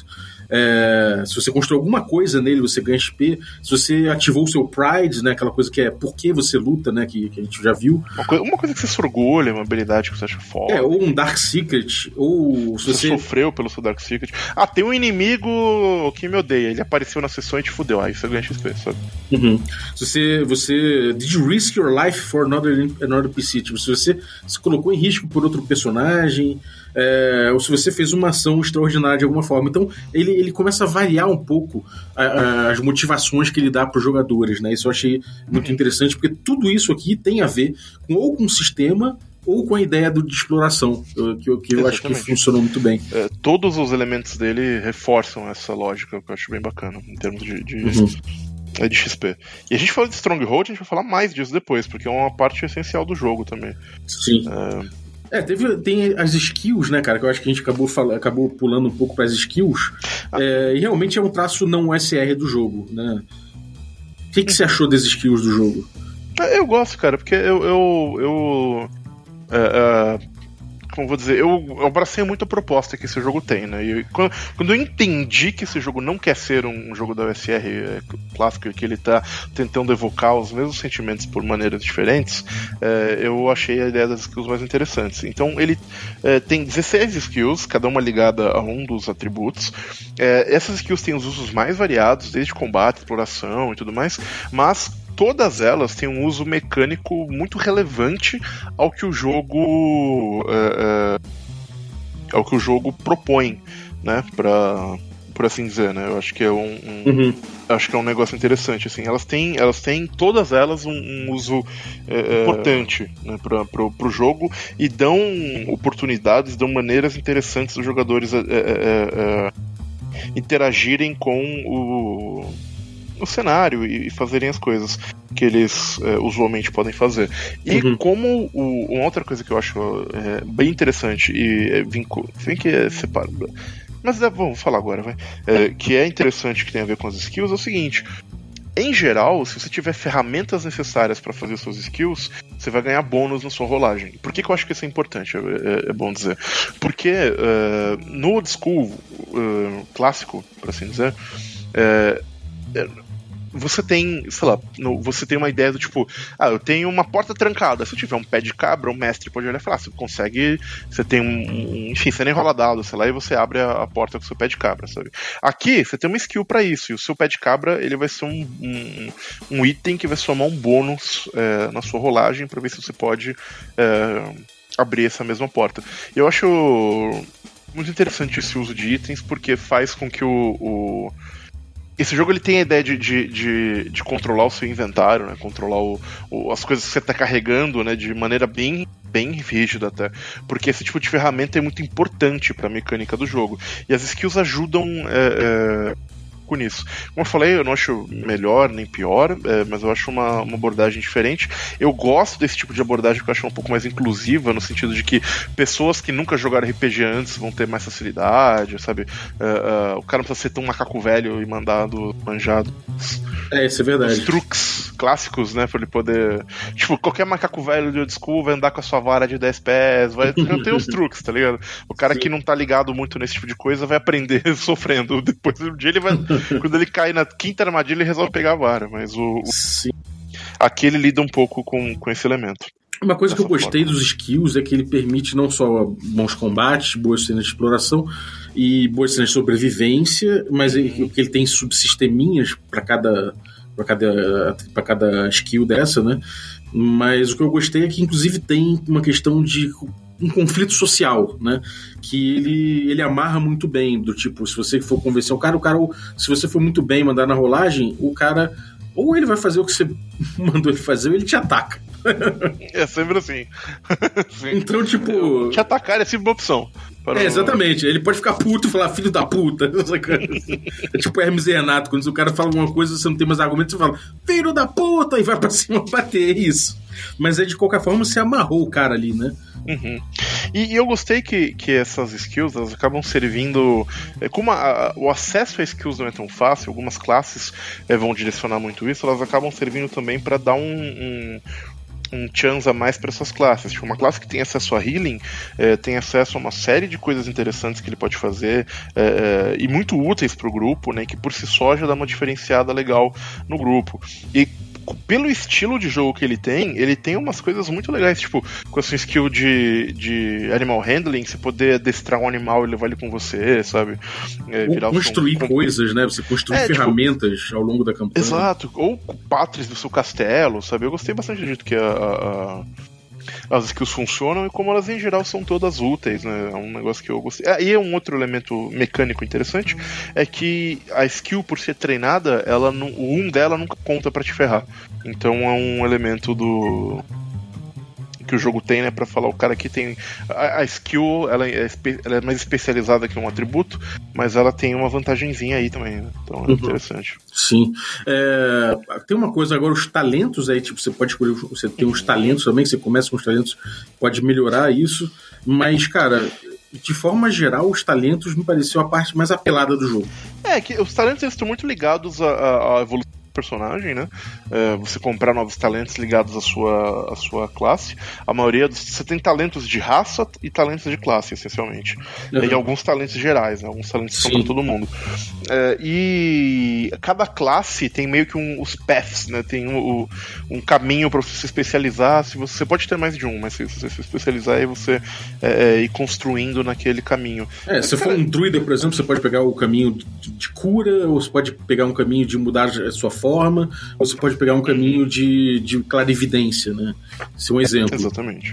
É, se você construiu alguma coisa nele, você ganha X P. Se você ativou o seu Pride, né, aquela coisa que é por que você luta, né, que, que a gente já viu. Uma coisa, uma coisa que você se orgulha, uma habilidade que você acha foda. É, ou um Dark Secret, ou se você... você sofreu pelo seu Dark Secret. Ah, tem um inimigo que me odeia, ele apareceu na sessão e te fudeu, aí você ganha X P, sabe? Uhum. Se você, você... Did you risk your life for another, another P C? Tipo, se você se colocou em risco por outro personagem... É, ou se você fez uma ação extraordinária de alguma forma. Então ele, ele começa a variar um pouco a, a, as motivações que ele dá para os jogadores, né? Isso eu achei muito interessante, porque tudo isso aqui tem a ver com ou com o sistema ou com a ideia do, de exploração, que, que eu acho que funcionou muito bem. É, todos os elementos dele reforçam essa lógica, que eu acho bem bacana em termos de, de... Uhum. É de X P. E a gente fala de Stronghold, a gente vai falar mais disso depois, porque é uma parte essencial do jogo também. Sim. É... É, teve, tem as skills, né, cara, que eu acho que a gente acabou, fal- acabou pulando um pouco para as skills, ah. é, e realmente é um traço não S R do jogo, né? O que, que você achou das skills do jogo? Eu gosto, cara, porque eu... eu, eu é, é, como vou dizer, eu, eu abracei muito a proposta que esse jogo tem, né? E quando, quando eu entendi que esse jogo não quer ser um jogo da O S R é, clássico, que ele tá tentando evocar os mesmos sentimentos por maneiras diferentes, é, eu achei a ideia das skills mais interessantes. Então ele é, tem dezesseis skills, cada uma ligada a um dos atributos. É, essas skills têm os usos mais variados, desde combate, exploração e tudo mais, mas todas elas têm um uso mecânico muito relevante ao que o jogo é, é, ao que o jogo propõe, né, pra, por assim dizer, né? Eu acho que é um, um uhum. acho que é um negócio interessante, assim. Elas têm, elas têm todas elas um, um uso é, importante, né, para pro, pro jogo, e dão oportunidades, dão maneiras interessantes dos jogadores é, é, é, interagirem com o o cenário e fazerem as coisas que eles é, usualmente podem fazer. E uhum. como o, uma outra coisa que eu acho é, bem interessante e é, vincu- vem que é separado, mas é, vamos falar agora, vai. É, que é interessante, que tem a ver com as skills, é o seguinte: em geral, se você tiver ferramentas necessárias para fazer os seus skills, você vai ganhar bônus na sua rolagem. Por que, que eu acho que isso é importante? É, é, é bom dizer. Porque uh, no old school uh, clássico, por assim dizer, é, é, você tem, sei lá, no, você tem uma ideia do tipo, ah, eu tenho uma porta trancada. Se eu tiver um pé de cabra, o mestre pode olhar e falar, ah, você consegue, você tem um, um enfim, você nem rola dado, sei lá, e você abre a, a porta com o seu pé de cabra, sabe? Aqui, você tem uma skill pra isso, e o seu pé de cabra, ele vai ser um, um, um item que vai somar um bônus é, na sua rolagem pra ver se você pode é, abrir essa mesma porta. Eu acho muito interessante esse uso de itens, porque faz com que o... o esse jogo ele tem a ideia de, de, de, de controlar o seu inventário, né? Controlar o, o, as coisas que você está carregando, né? De maneira bem, bem rígida até. Porque esse tipo de ferramenta é muito importante para a mecânica do jogo. E as skills ajudam é, é, com isso. Como eu falei, eu não acho melhor nem pior, é, mas eu acho uma, uma abordagem diferente. Eu gosto desse tipo de abordagem que eu acho um pouco mais inclusiva, no sentido de que pessoas que nunca jogaram R P G antes vão ter mais facilidade, sabe? É, é, o cara não precisa ser tão macaco velho e mandado, manjado. É, isso é verdade. Os truques clássicos, né, pra ele poder... Tipo, qualquer macaco velho de old school vai andar com a sua vara de dez pés, vai ter os truques, tá ligado? O cara Sim. que não tá ligado muito nesse tipo de coisa vai aprender sofrendo. Depois um dia ele vai... Quando ele cai na quinta armadilha, ele resolve pegar a vara, mas o... o... Sim. Aqui ele lida um pouco com, com esse elemento. Uma coisa que eu gostei forma. dos skills é que ele permite não só bons combates, boas cenas de exploração e boas cenas de sobrevivência, mas uhum. que ele tem subsisteminhas para cada, para cada, para cada skill dessa, né? Mas o que eu gostei é que inclusive tem uma questão de um conflito social, né? Que ele, ele amarra muito bem, do tipo, se você for convencer o cara, o cara, se você for muito bem mandar na rolagem, o cara ou ele vai fazer o que você mandou ele fazer ou ele te ataca. É sempre assim. Então, tipo... Te atacar é sempre uma opção. É, exatamente. Ele pode ficar puto e falar filho da puta. É tipo Hermes e Renato, quando o cara fala alguma coisa, você não tem mais argumento, você fala filho da puta e vai pra cima bater, é isso. Mas é de qualquer forma você amarrou o cara ali, né? Uhum. E, e eu gostei que, que essas skills elas acabam servindo. É, como a, a, o acesso a skills não é tão fácil, algumas classes é, vão direcionar muito isso, elas acabam servindo também para dar um, um um chance a mais para essas classes. Tipo, uma classe que tem acesso a healing é, tem acesso a uma série de coisas interessantes que ele pode fazer é, e muito úteis para o grupo, né, que por si só já dá uma diferenciada legal no grupo. E pelo estilo de jogo que ele tem, ele tem umas coisas muito legais, tipo, com a sua skill de, de animal handling, você poder adestrar um animal e levar ele com você, sabe? É, ou construir um... coisas, né? Você construir é, ferramentas tipo... ao longo da campanha. Exato, ou pátrias do seu castelo, sabe? Eu gostei bastante do jeito que a, a, as skills funcionam e como elas em geral são todas úteis, né? É um negócio que eu gostei. Ah, e um outro elemento mecânico interessante é que a skill, por ser treinada, ela não, o um dela nunca conta pra te ferrar. Então é um elemento do que o jogo tem, né, pra falar, o cara aqui tem a, a skill, ela é, ela é mais especializada que um atributo, mas ela tem uma vantagenzinha aí também, né? Então é uhum. interessante. Sim. É, tem uma coisa agora, os talentos aí, tipo, você pode escolher, você tem uns talentos também, que você começa com os talentos, pode melhorar isso, mas, cara, de forma geral, os talentos me pareceu a parte mais apelada do jogo. É, que os talentos eles estão muito ligados à, à evolução personagem, né? É, você comprar novos talentos ligados à sua, à sua classe. A maioria dos, você tem talentos de raça e talentos de classe, essencialmente. Uhum. E alguns talentos gerais, né? Alguns talentos são para todo mundo. É, e cada classe tem meio que um, os paths, né? Tem um, um caminho para você se especializar. Se você, você pode ter mais de um, mas se você se especializar, aí você é, é, ir construindo naquele caminho. É, se for um druida, por exemplo, você pode pegar o caminho de, de cura, ou você pode pegar um caminho de mudar a sua forma. Forma, você pode pegar um caminho de, de clarividência, né? Esse é um exemplo. Exatamente.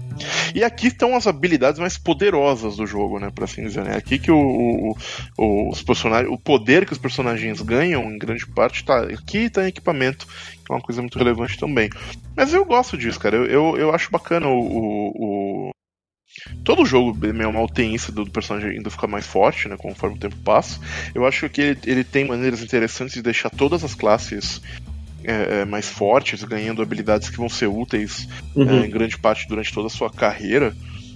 E aqui estão as habilidades mais poderosas do jogo, né? Por assim dizer, né? Aqui que o, o, o, os personagens, o poder que os personagens ganham, em grande parte, tá aqui, tá em equipamento, que é uma coisa muito relevante também. Mas eu gosto disso, cara. Eu, eu, eu acho bacana o, o, o... Todo jogo, meio mal, tem isso do personagem ainda ficar mais forte, né, conforme o tempo passa. Eu acho que ele, ele tem maneiras interessantes de deixar todas as classes é, mais fortes, ganhando habilidades que vão ser úteis uhum. é, em grande parte durante toda a sua carreira,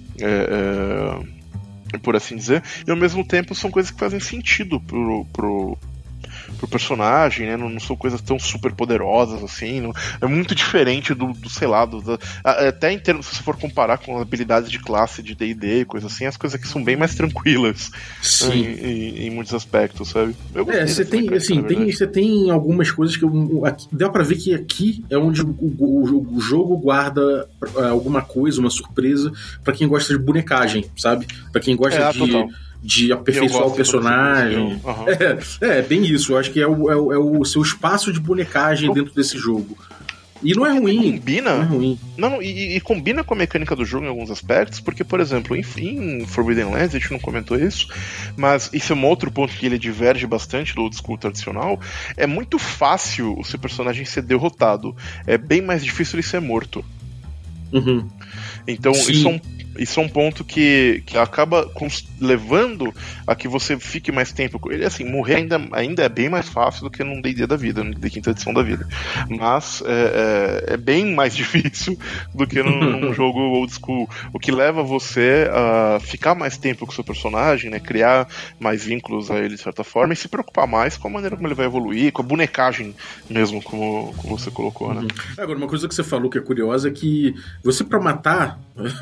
é, é, por assim dizer. E ao mesmo tempo são coisas que fazem sentido pro... pro pro personagem, né? Não, não são coisas tão super poderosas assim, não, é muito diferente do, do sei lá, do, do, até em termos, se você for comparar com habilidades de classe de D e D e coisa assim, as coisas aqui são bem mais tranquilas. Sim. Né, em, em, em muitos aspectos, sabe? Eu é, você tem, mecânica, assim, tem, você tem algumas coisas que eu, aqui, dá pra ver que aqui é onde o, o, o jogo guarda alguma coisa, uma surpresa pra quem gosta de bonecagem, sabe? Pra quem gosta é, de... Total. de aperfeiçoar o personagem. Uhum. É, é, bem isso. Eu acho que é o, é, o, é o seu espaço de bonecagem o... dentro desse jogo. E não é ruim. Combina. Não é ruim. Não, não, e, e combina com a mecânica do jogo em alguns aspectos, porque, por exemplo, em, em Forbidden Lands, a gente não comentou isso, mas isso é um outro ponto que ele diverge bastante do old school tradicional. É muito fácil o seu personagem ser derrotado. É bem mais difícil ele ser morto. Uhum. Então, isso é um Isso é um ponto que, que acaba levando a que você fique mais tempo com ele. Assim, morrer ainda, ainda é bem mais fácil do que num D e D da vida, no D e D quinta edição da vida. Mas é, é, é bem mais difícil do que num, num jogo old school. O que leva você a ficar mais tempo com o seu personagem, né? Criar mais vínculos a ele de certa forma e se preocupar mais com a maneira como ele vai evoluir, com a bonecagem mesmo, como, como você colocou, né? Uhum. Agora, uma coisa que você falou que é curiosa é que você, pra matar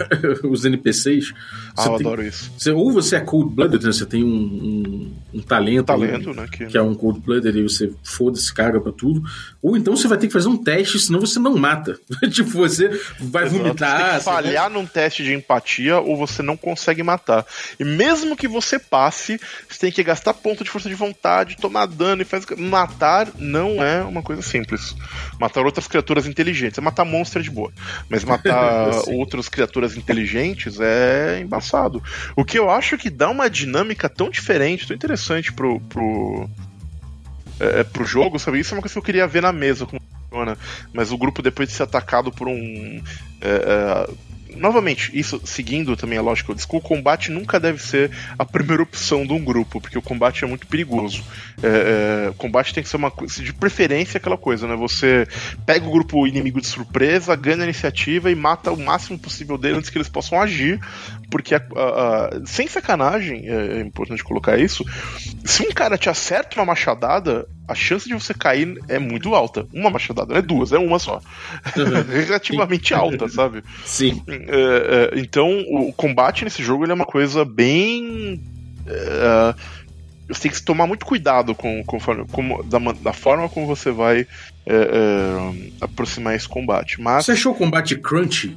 os N P Cs. Ah, eu tem, adoro isso. Você, ou você é cold-blooded, né? Você tem um, um, um talento, talento aí, né? que... que é um cold-blooded e você foda-se, caga pra tudo. Ou então você vai ter que fazer um teste, senão você não mata. Tipo, você vai Exato. vomitar. Você tem que falhar vai... num teste de empatia ou você não consegue matar. E mesmo que você passe, você tem que gastar ponto de força de vontade, tomar dano e faz... Matar não é uma coisa simples. Matar outras criaturas inteligentes. É matar monstro de boa. Mas matar outras criaturas inteligentes é embaçado. O que eu acho que dá uma dinâmica tão diferente, tão interessante pro, pro, é, pro jogo, sabe? Isso é uma coisa que eu queria ver na mesa, como funciona. Mas o grupo, depois de ser atacado por um... É, é, novamente, isso seguindo também a lógica do Skull, o combate nunca deve ser a primeira opção de um grupo, porque o combate é muito perigoso. É, é, o combate tem que ser uma coisa, de preferência, aquela coisa, né? Você pega o grupo inimigo de surpresa, ganha a iniciativa e mata o máximo possível deles antes que eles possam agir, porque, a, a, a, sem sacanagem, é, é importante colocar isso, se um cara te acerta uma machadada, a chance de você cair é muito alta. Uma machadada, não é duas, é uma só. Uhum. Relativamente alta, sabe? Sim. É, é, então, o combate nesse jogo ele é uma coisa bem... É, você tem que tomar muito cuidado com, com, com da, da forma como você vai é, é, aproximar esse combate. Mas, você achou o combate crunchy?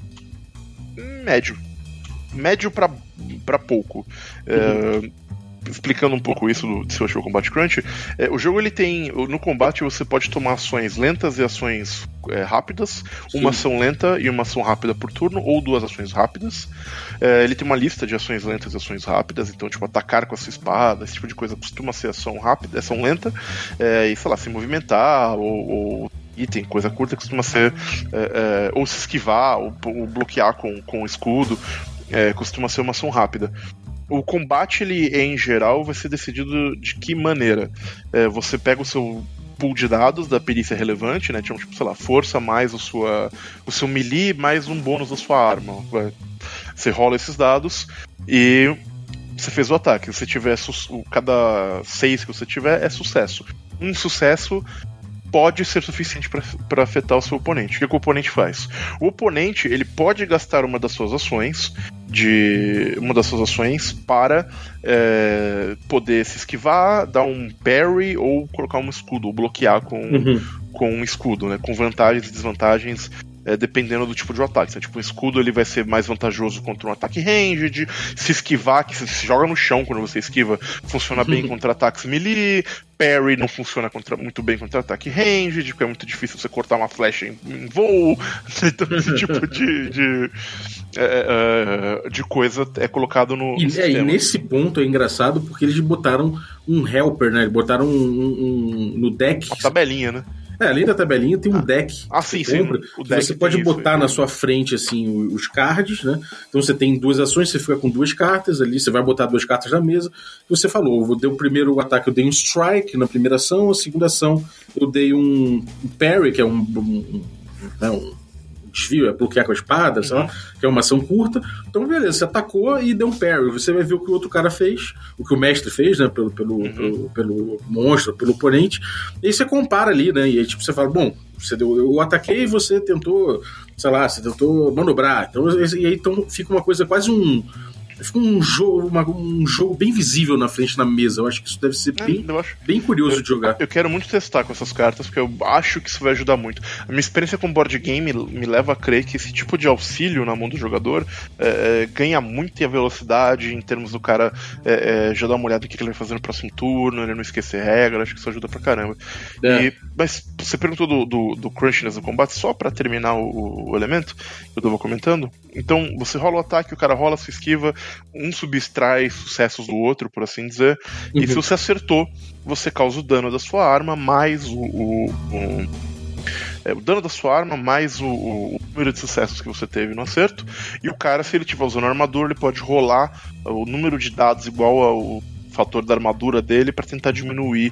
Médio. Médio pra, pra pouco. Uhum. É, explicando um pouco isso do se eu achei o combate crunch, é, o jogo ele tem, no combate você pode tomar ações lentas e ações é, rápidas, Sim. uma ação lenta e uma ação rápida por turno, ou duas ações rápidas. É, ele tem uma lista de ações lentas e ações rápidas, então tipo atacar com a sua espada, esse tipo de coisa costuma ser ação rápida, ação lenta, é, e sei lá, se movimentar ou, ou item, coisa curta costuma ser é, é, ou se esquivar ou, ou bloquear com, com o escudo, é, costuma ser uma ação rápida. O combate, ele, em geral, vai ser decidido de que maneira? É, você pega o seu pool de dados da perícia relevante, né? Tipo, sei lá, força mais o, sua, o seu melee mais um bônus da sua arma. Vai. Você rola esses dados e você fez o ataque. Se você tiver su- cada seis que você tiver, é sucesso. Um sucesso pode ser suficiente para afetar o seu oponente. O que, que o oponente faz? O oponente ele pode gastar uma das suas ações de uma das suas ações para é, poder se esquivar, dar um parry ou colocar um escudo, ou bloquear com, uhum. com um escudo, né? Com vantagens e desvantagens é, dependendo do tipo de ataque. Então, tipo, um escudo ele vai ser mais vantajoso contra um ataque ranged, se esquivar, que se joga no chão quando você esquiva, funciona bem uhum. contra ataques melee. Parry não funciona contra, muito bem contra ataque ranged, porque é muito difícil você cortar uma flecha em, em voo. Então esse tipo de, de, é, é, de coisa é colocado no, e, no é, e nesse ponto é engraçado porque eles botaram um helper, né? Eles botaram um, um, um no deck. Uma tabelinha, né? É, além da tabelinha tem um deck. Ah, sim, sim. Compra, o deck você pode botar isso, na sua frente assim os cards, né? Então você tem duas ações, você fica com duas cartas ali, você vai botar duas cartas na mesa. E você falou, eu vou dar o primeiro ataque, eu dei um strike na primeira ação, a segunda ação eu dei um parry, que é um, um, um, um desvio, é bloquear com a espada, uhum. sei lá, que é uma ação curta. Então, beleza, você atacou e deu um parry. Você vai ver o que o outro cara fez, o que o mestre fez, né, pelo, pelo, uhum. pelo, pelo monstro, pelo oponente. E aí você compara ali, né, e aí tipo, você fala, bom, você deu, eu ataquei e você tentou, sei lá, você tentou manobrar. Então, e aí então fica uma coisa quase um... Fica um jogo, uma, um jogo bem visível na frente na mesa. Eu acho que isso deve ser bem, é, acho, bem curioso eu, de jogar. Eu quero muito testar com essas cartas, porque eu acho que isso vai ajudar muito. A minha experiência com board game me leva a crer que esse tipo de auxílio na mão do jogador é, é, ganha muito a velocidade em termos do cara é, é, já dar uma olhada no que ele vai fazer no próximo turno, ele não esquecer regra. Acho que isso ajuda pra caramba. É. E, mas você perguntou do, do, do crunchiness no combate, só pra terminar o, o elemento que eu tava comentando. Então, você rola o ataque, o cara rola, se esquiva, um subtrai sucessos do outro, por assim dizer, uhum. e se você acertou, você causa o dano da sua arma, mais o, o, o, é, o dano da sua arma, mais o, o número de sucessos que você teve no acerto, e o cara, se ele estiver usando armadura, ele pode rolar o número de dados igual ao fator da armadura dele para tentar diminuir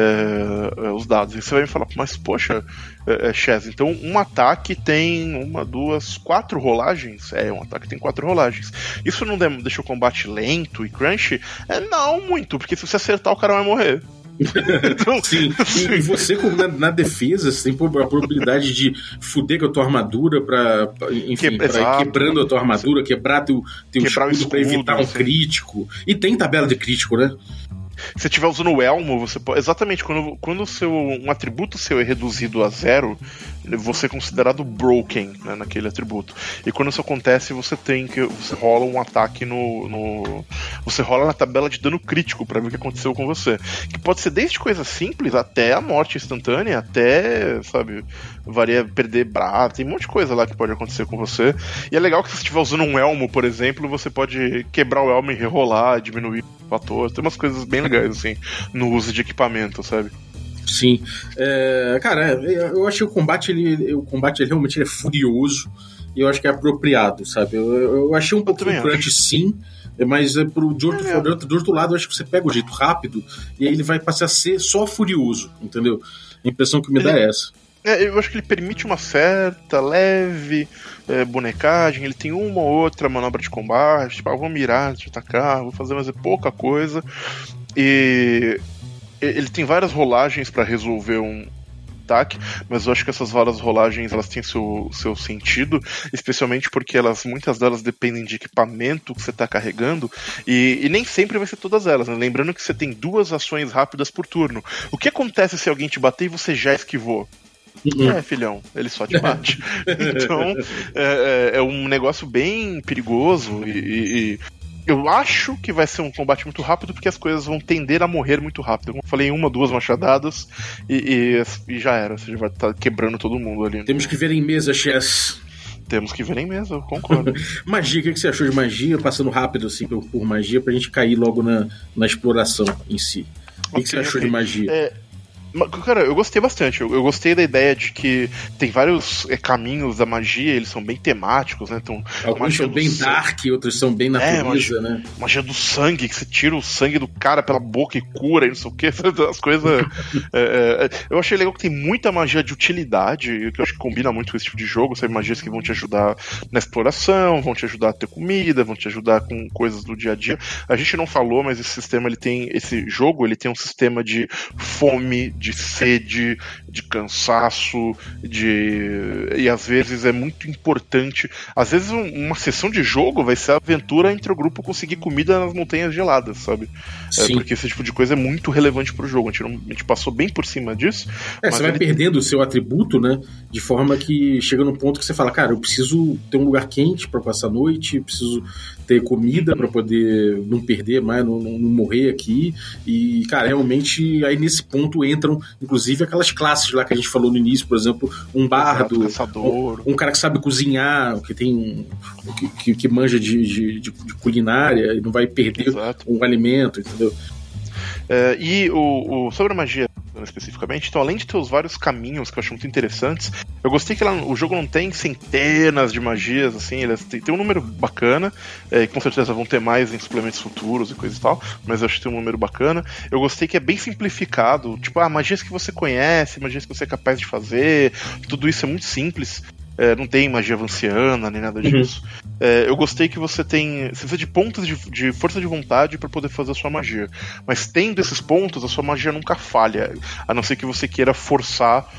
é, os dados. E você vai me falar, mas poxa, é, Chaz, então um ataque tem uma, duas, quatro rolagens? É, um ataque tem quatro rolagens. Isso não deixa o combate lento e crunchy? É, não muito, porque se você acertar o cara vai morrer. Então, sim, sim. E você na, na defesa você tem a probabilidade de fuder com a tua armadura pra, enfim, que, pra ir quebrando a tua armadura, quebrar teu, teu quebrar escudo, escudo pra evitar um assim. crítico. E tem tabela de crítico, né? Se você estiver usando o elmo, você pode... Exatamente, quando, quando o seu, um atributo seu é reduzido a zero, você é considerado broken, né, naquele atributo. E quando isso acontece, você tem que. Você rola um ataque no. no você rola na tabela de dano crítico pra ver o que aconteceu com você. Que pode ser desde coisa simples até a morte instantânea, até, sabe, varia perder braço, tem um monte de coisa lá que pode acontecer com você. E é legal que se você estiver usando um elmo, por exemplo, você pode quebrar o elmo e rerolar, diminuir o fator. Tem umas coisas bem legais, assim, no uso de equipamento, sabe? Sim. É, cara, eu acho que o combate, ele, o combate ele, realmente ele é furioso. e eu acho que é apropriado, sabe? Eu, eu achei um pouco crunch, sim, mas é pro, de, outro, é, do outro lado, eu acho que você pega o jeito rápido e aí ele vai passar a ser só furioso, entendeu? A impressão que me dá é essa. É, eu acho que ele permite uma certa, leve é, bonecagem, ele tem uma ou outra manobra de combate, tipo, ah, vou mirar, te atacar, vou fazer, mas é pouca coisa. E ele tem várias rolagens para resolver um ataque, mas eu acho que essas várias rolagens elas têm seu, seu sentido, especialmente porque elas, muitas delas dependem de equipamento que você está carregando, e, e nem sempre vai ser todas elas, né? Lembrando que você tem duas ações rápidas por turno. O que acontece se alguém te bater e você já esquivou? Uhum. É, filhão, ele só te bate. Então, é, é um negócio bem perigoso e, e eu acho que vai ser um combate muito rápido porque as coisas vão tender a morrer muito rápido. Como eu falei, uma, duas machadadas e, e, e já era. Você já vai estar quebrando todo mundo ali. Temos que ver em mesa, Chess. Temos que ver em mesa, eu concordo. Magia, o que você achou de magia? Passando rápido assim por, por magia pra gente cair logo na, na exploração em si. O que, okay, que você achou okay. de magia? É... Cara, eu gostei bastante. Eu, eu gostei da ideia de que tem vários é, caminhos da magia, eles são bem temáticos, né? Então, alguns são bem sangue. Dark, outros são bem natureza, é, magia, né? Magia do sangue, que você tira o sangue do cara pela boca e cura e não sei o que. As coisas. é, é, eu achei legal que tem muita magia de utilidade, que eu acho que combina muito com esse tipo de jogo. Sabe? Magias que vão te ajudar na exploração, vão te ajudar a ter comida, vão te ajudar com coisas do dia a dia. A gente não falou, mas esse sistema, ele tem. Esse jogo, ele tem um sistema de fome, de sede, de cansaço, de... e às vezes é muito importante. Às vezes uma sessão de jogo vai ser a aventura entre o grupo conseguir comida nas montanhas geladas, sabe? É, porque esse tipo de coisa é muito relevante pro jogo. A gente, não, a gente passou bem por cima disso. É, você vai ele... perdendo o seu atributo, né? De forma que chega num ponto que você fala, cara, eu preciso ter um lugar quente para passar a noite, preciso ter comida para poder não perder mais, não, não, não morrer aqui. E, cara, realmente aí nesse ponto entram inclusive aquelas classes lá que a gente falou no início, por exemplo, um bardo, um, um cara que sabe cozinhar, que tem que, que manja de, de, de culinária e não vai perder Exato. um alimento, entendeu? É, e o, o, sobre a magia especificamente, então além de ter os vários caminhos que eu acho muito interessantes, eu gostei que ela, o jogo não tem centenas de magias, assim, ele tem, tem um número bacana, é, com certeza vão ter mais em suplementos futuros e coisa e tal, mas eu acho que tem um número bacana. Eu gostei que é bem simplificado, tipo, ah, magias que você conhece, magias que você é capaz de fazer, tudo isso é muito simples. É, não tem magia vanciana nem nada disso. Uhum. É, eu gostei que você tem. Você precisa de pontos de, de força de vontade para poder fazer a sua magia. Mas tendo esses pontos, a sua magia nunca falha. A não ser que você queira forçar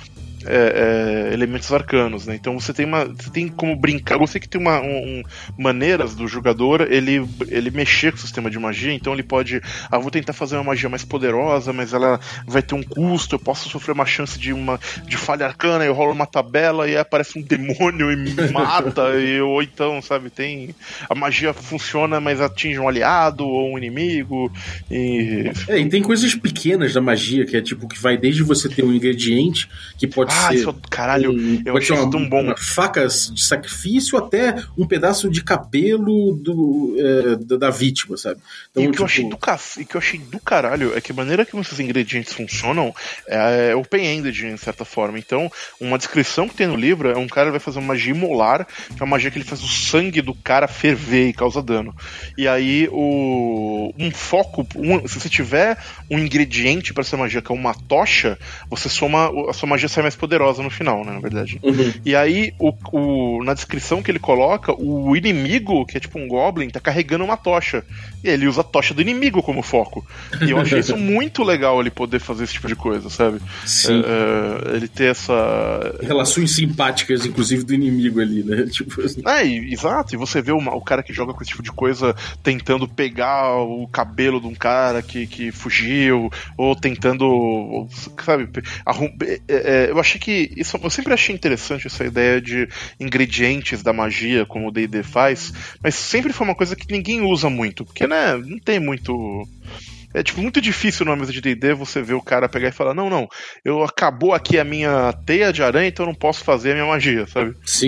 É, é, elementos arcanos, né? Então você tem uma, você tem como brincar. Eu gostei que tem uma um, um, maneiras do jogador ele, ele mexer com o sistema de magia. Então ele pode, ah, vou tentar fazer uma magia mais poderosa, mas ela vai ter um custo. Eu posso sofrer uma chance de uma de falha arcana. Eu rolo uma tabela e aí aparece um demônio e me mata. e, ou então, sabe, tem a magia funciona, mas atinge um aliado ou um inimigo. E, é, e tem coisas pequenas da magia que é tipo que vai desde você ter um ingrediente que pode Ah, isso, caralho, um, eu achei isso tão bom. Uma faca de sacrifício até um pedaço de cabelo do, é, da, da vítima, sabe? Então, e o que, tipo... eu achei do ca... e que eu achei do caralho é que a maneira que esses ingredientes funcionam é open-ended, em certa forma. Então, uma descrição que tem no livro é um cara que vai fazer uma magia imolar, que é uma magia que ele faz o sangue do cara ferver e causa dano. E aí, o... um foco, um... se você tiver um ingrediente para essa magia, que é uma tocha, você soma, a sua magia sai mais poderosa no final, né, na verdade. Uhum. E aí, o, o, na descrição que ele coloca, o inimigo, que é tipo um goblin, tá carregando uma tocha. E ele usa a tocha do inimigo como foco. E eu achei isso muito legal, ele poder fazer esse tipo de coisa, sabe? Sim. É, é, ele ter essa... Relações simpáticas, inclusive, do inimigo ali, né? Tipo... É, e, exato. E você vê o, o cara que joga com esse tipo de coisa tentando pegar o cabelo de um cara que, que fugiu, ou tentando, sabe, arrum... é, é, eu achei que isso, eu sempre achei interessante essa ideia de ingredientes da magia, como o D e D faz, mas sempre foi uma coisa que ninguém usa muito, porque, né, não tem muito... É tipo muito difícil numa mesa de D e D você ver o cara pegar e falar, não, não, eu acabou aqui a minha teia de aranha, então eu não posso fazer a minha magia, sabe? Sim.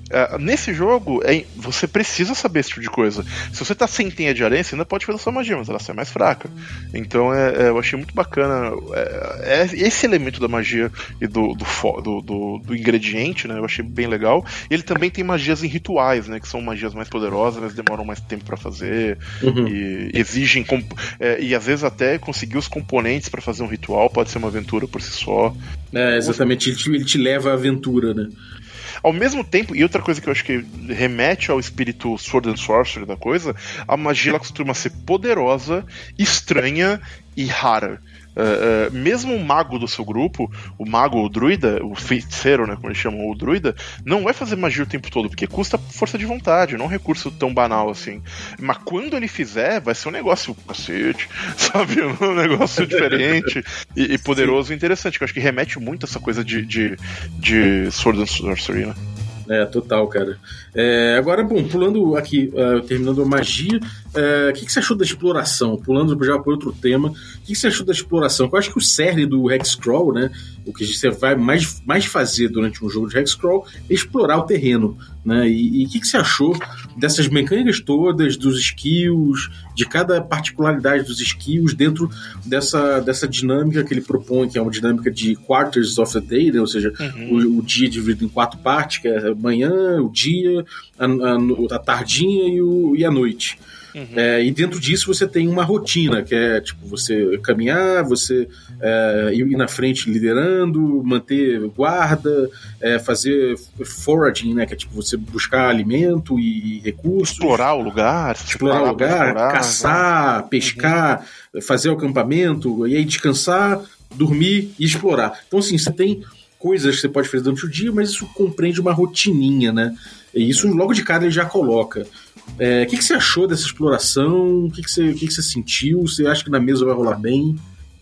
Uh, nesse jogo, é, você precisa saber esse tipo de coisa. Se você tá sem teia de aranha, você ainda pode fazer sua magia, mas ela sai mais fraca. Então é, é, eu achei muito bacana é, é esse elemento da magia e do, do, do, do, do ingrediente, né? Eu achei bem legal. E ele também tem magias em rituais, né? Que são magias mais poderosas, mas demoram mais tempo pra fazer. Uhum. E exigem. É, e às vezes até conseguir os componentes pra fazer um ritual pode ser uma aventura por si só. É, exatamente. Ele te, ele te leva à aventura, né? Ao mesmo tempo, e outra coisa que eu acho que remete ao espírito Sword and Sorcery da coisa, a magia ela costuma ser poderosa, estranha e rara. Uh, uh, mesmo o mago do seu grupo, o mago ou o druida, o feiticeiro, né, como eles chamam, o druida, não vai fazer magia o tempo todo, porque custa força de vontade, não é um recurso tão banal assim. Mas quando ele fizer, vai ser um negócio cacete, sabe? Um negócio diferente e, e poderoso e interessante, que eu acho que remete muito a essa coisa de, de, de Sword and Sorcery, né? É, total, cara. É, agora, bom, pulando aqui, uh, terminando a magia, o uh, que, que você achou da exploração? Pulando já por outro tema, o que, que você achou da exploração? Eu acho que o cerne do Hexcrawl, né, o que você vai mais, mais fazer durante um jogo de Hexcrawl é explorar o terreno, né, e o que, que você achou dessas mecânicas todas, dos skills, de cada particularidade dos skills dentro dessa, dessa dinâmica que ele propõe, que é uma dinâmica de quarters of the day, né, ou seja, uhum. o, o dia dividido em quatro partes, que é a manhã, o dia, a, a, a tardinha e, o, e a noite. Uhum. É, e dentro disso você tem uma rotina, que é tipo você caminhar, você é, ir na frente liderando, manter guarda, é, fazer foraging, né, que é tipo você buscar alimento e recursos. Explorar o lugar. Explorar o lugar, explorar, caçar, né? Pescar, uhum. fazer o acampamento, e aí descansar, dormir e explorar. Então assim, você tem coisas que você pode fazer durante o dia, mas isso compreende uma rotininha, né? E isso logo de cara ele já coloca. É, o que, que você achou dessa exploração? O que, que, você, o que, que você sentiu? Você acha que na mesa vai rolar bem?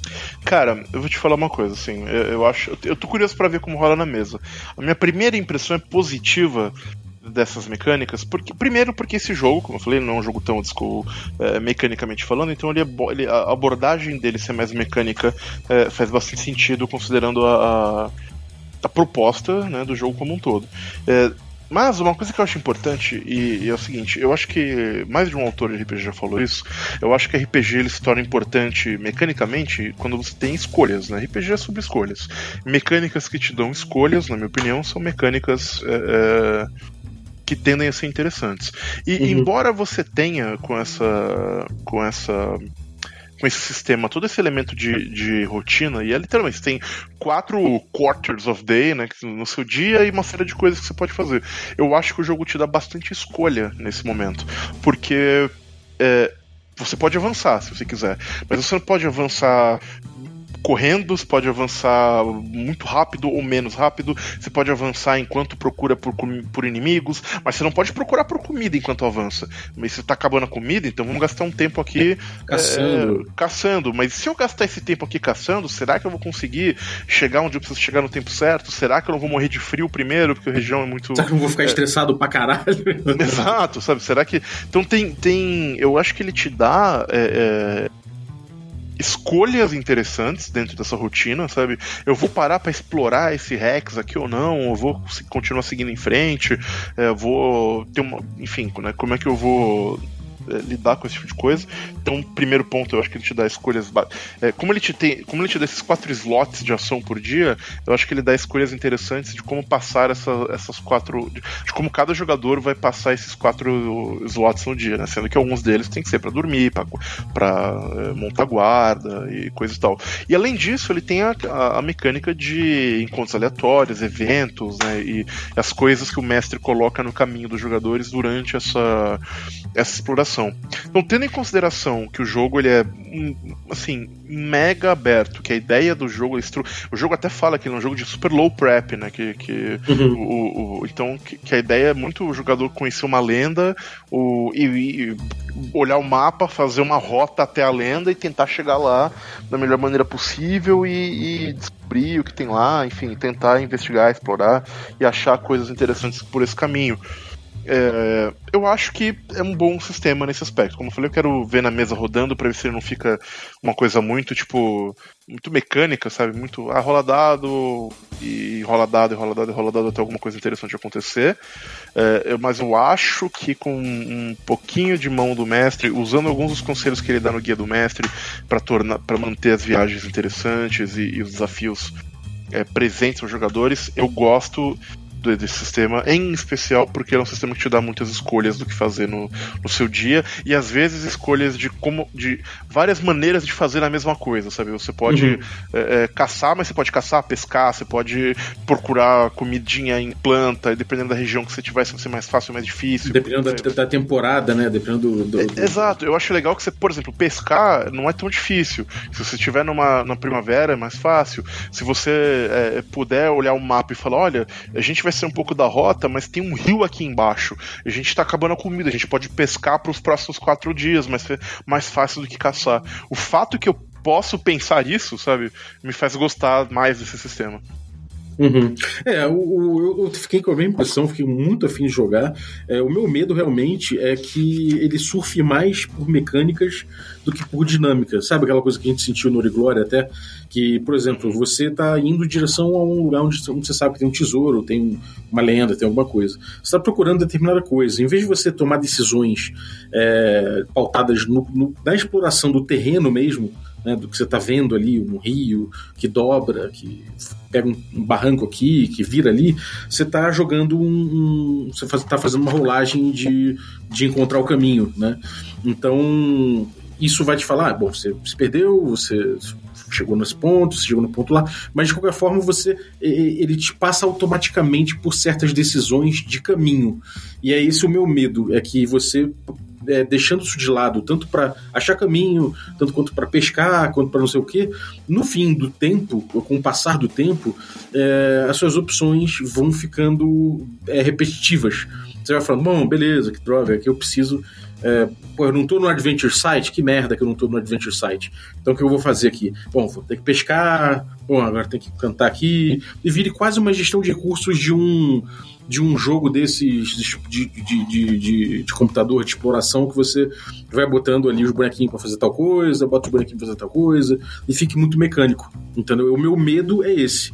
Cara, eu vou te falar uma coisa, assim, eu, eu acho, eu tô curioso pra ver como rola na mesa. A minha primeira impressão é positiva dessas mecânicas, porque, primeiro porque esse jogo, como eu falei, não é um jogo tão disco, é, mecanicamente falando, então ele, é, ele, a abordagem dele ser mais mecânica é, faz bastante sentido considerando a, a, a proposta, né, do jogo como um todo. É, Mas uma coisa que eu acho importante e, e é o seguinte, eu acho que mais de um autor de R P G já falou isso, eu acho que R P G ele se torna importante mecanicamente quando você tem escolhas, né? R P G é sobre escolhas. Mecânicas que te dão escolhas, na minha opinião, são mecânicas é, é, que tendem a ser interessantes. E uhum. embora você tenha com essa com essa com esse sistema, todo esse elemento de, de rotina, e é literalmente, você tem quatro quarters of day, né, no seu dia, e uma série de coisas que você pode fazer. Eu acho que o jogo te dá bastante escolha nesse momento, porque é, você pode avançar se você quiser, mas você não pode avançar correndo, você pode avançar muito rápido ou menos rápido, você pode avançar enquanto procura por, por inimigos, mas você não pode procurar por comida enquanto avança. Mas você tá acabando a comida, então vamos gastar um tempo aqui caçando. É, caçando. Mas se eu gastar esse tempo aqui caçando, será que eu vou conseguir chegar onde eu preciso chegar no tempo certo? Será que eu não vou morrer de frio primeiro, porque a região é muito... Será que eu não vou ficar é... estressado pra caralho? Exato, sabe? Será que... Então tem... tem... Eu acho que ele te dá... É, é... escolhas interessantes dentro dessa rotina, sabe? Eu vou parar pra explorar esse Hex aqui ou não, eu vou continuar seguindo em frente, eu vou ter uma... Enfim, né? Como é que eu vou é, lidar com esse tipo de coisa? Então, primeiro ponto, eu acho que ele te dá escolhas... É, como, ele te tem, como ele te dá esses quatro slots de ação por dia, eu acho que ele dá escolhas interessantes de como passar essa, essas quatro... De, de como cada jogador vai passar esses quatro slots no dia, né? Sendo que alguns deles tem que ser pra dormir, pra, pra é, montar guarda e coisa e tal. E além disso, ele tem a, a, a mecânica de encontros aleatórios, eventos, né? E as coisas que o mestre coloca no caminho dos jogadores durante essa, essa exploração. Então, tendo em consideração que o jogo ele é assim, mega aberto, que a ideia do jogo, o jogo até fala que ele é um jogo de super low prep, né? Que, que uhum. o, o, então que, que a ideia é muito o jogador conhecer uma lenda o, e, e olhar o mapa, fazer uma rota até a lenda e tentar chegar lá da melhor maneira possível e, e descobrir o que tem lá, enfim, tentar investigar, explorar e achar coisas interessantes por esse caminho. É, eu acho que é um bom sistema nesse aspecto. Como eu falei, eu quero ver na mesa rodando pra ver se ele não fica uma coisa muito, tipo, muito mecânica, sabe? Muito, ah, rola dado e rola dado, e rola dado, e rola dado até alguma coisa interessante acontecer. É, eu, mas eu acho que com um pouquinho de mão do mestre, usando alguns dos conselhos que ele dá no guia do mestre para tornar, para manter as viagens interessantes e, e os desafios é, presentes aos jogadores, eu gosto desse sistema, em especial porque é um sistema que te dá muitas escolhas do que fazer no, no seu dia, e às vezes escolhas de como de várias maneiras de fazer a mesma coisa, sabe? Você pode uhum. é, é, caçar, mas você pode caçar, pescar, você pode procurar comidinha em planta, e dependendo da região que você tiver, se vai ser mais fácil ou mais difícil. Dependendo da, da temporada, né? Dependendo do, do, do... É, exato, eu acho legal que você, por exemplo, pescar não é tão difícil. Se você estiver numa na primavera é mais fácil. Se você é, puder olhar o mapa e falar, olha, a gente vai ser um pouco da rota, mas tem um rio aqui embaixo. A gente tá acabando a comida, a gente pode pescar para os próximos quatro dias, mas é mais fácil do que caçar. O fato que eu posso pensar isso, sabe, me faz gostar mais desse sistema. Uhum. É, o, o, eu fiquei com a mesma impressão, fiquei muito afim de jogar. É, o meu medo realmente é que ele surfe mais por mecânicas do que por dinâmica. Sabe aquela coisa que a gente sentiu no Origlória até? Que, por exemplo, você está indo em direção a um lugar onde, onde você sabe que tem um tesouro, tem uma lenda, tem alguma coisa. Você está procurando determinada coisa. Em vez de você tomar decisões é, pautadas no, no, na exploração do terreno mesmo, né, do que você está vendo ali, um rio que dobra, que pega um, um barranco aqui, que vira ali, você está jogando um, um você está fazendo uma rolagem de, de encontrar o caminho, né? Então isso vai te falar, ah, bom, você se perdeu, você chegou nesse ponto, você chegou no ponto lá, mas de qualquer forma você, ele te passa automaticamente por certas decisões de caminho, e é esse o meu medo, é que você É, deixando isso de lado, tanto para achar caminho, tanto quanto para pescar, quanto para não sei o que, no fim do tempo, ou com o passar do tempo, é, as suas opções vão ficando é, repetitivas. Você vai falando, bom, beleza, que droga, que eu preciso... É, pô, eu não tô no Adventure Site, que merda que eu não tô no Adventure Site. Então o que eu vou fazer aqui? Bom, vou ter que pescar, bom, agora tem que cantar aqui, e vire quase uma gestão de recursos de um... de um jogo desses de, de, de, de, de computador de exploração, que você vai botando ali os bonequinhos para fazer tal coisa, bota os bonequinhos para fazer tal coisa, e fique muito mecânico, entendeu? O meu medo é esse.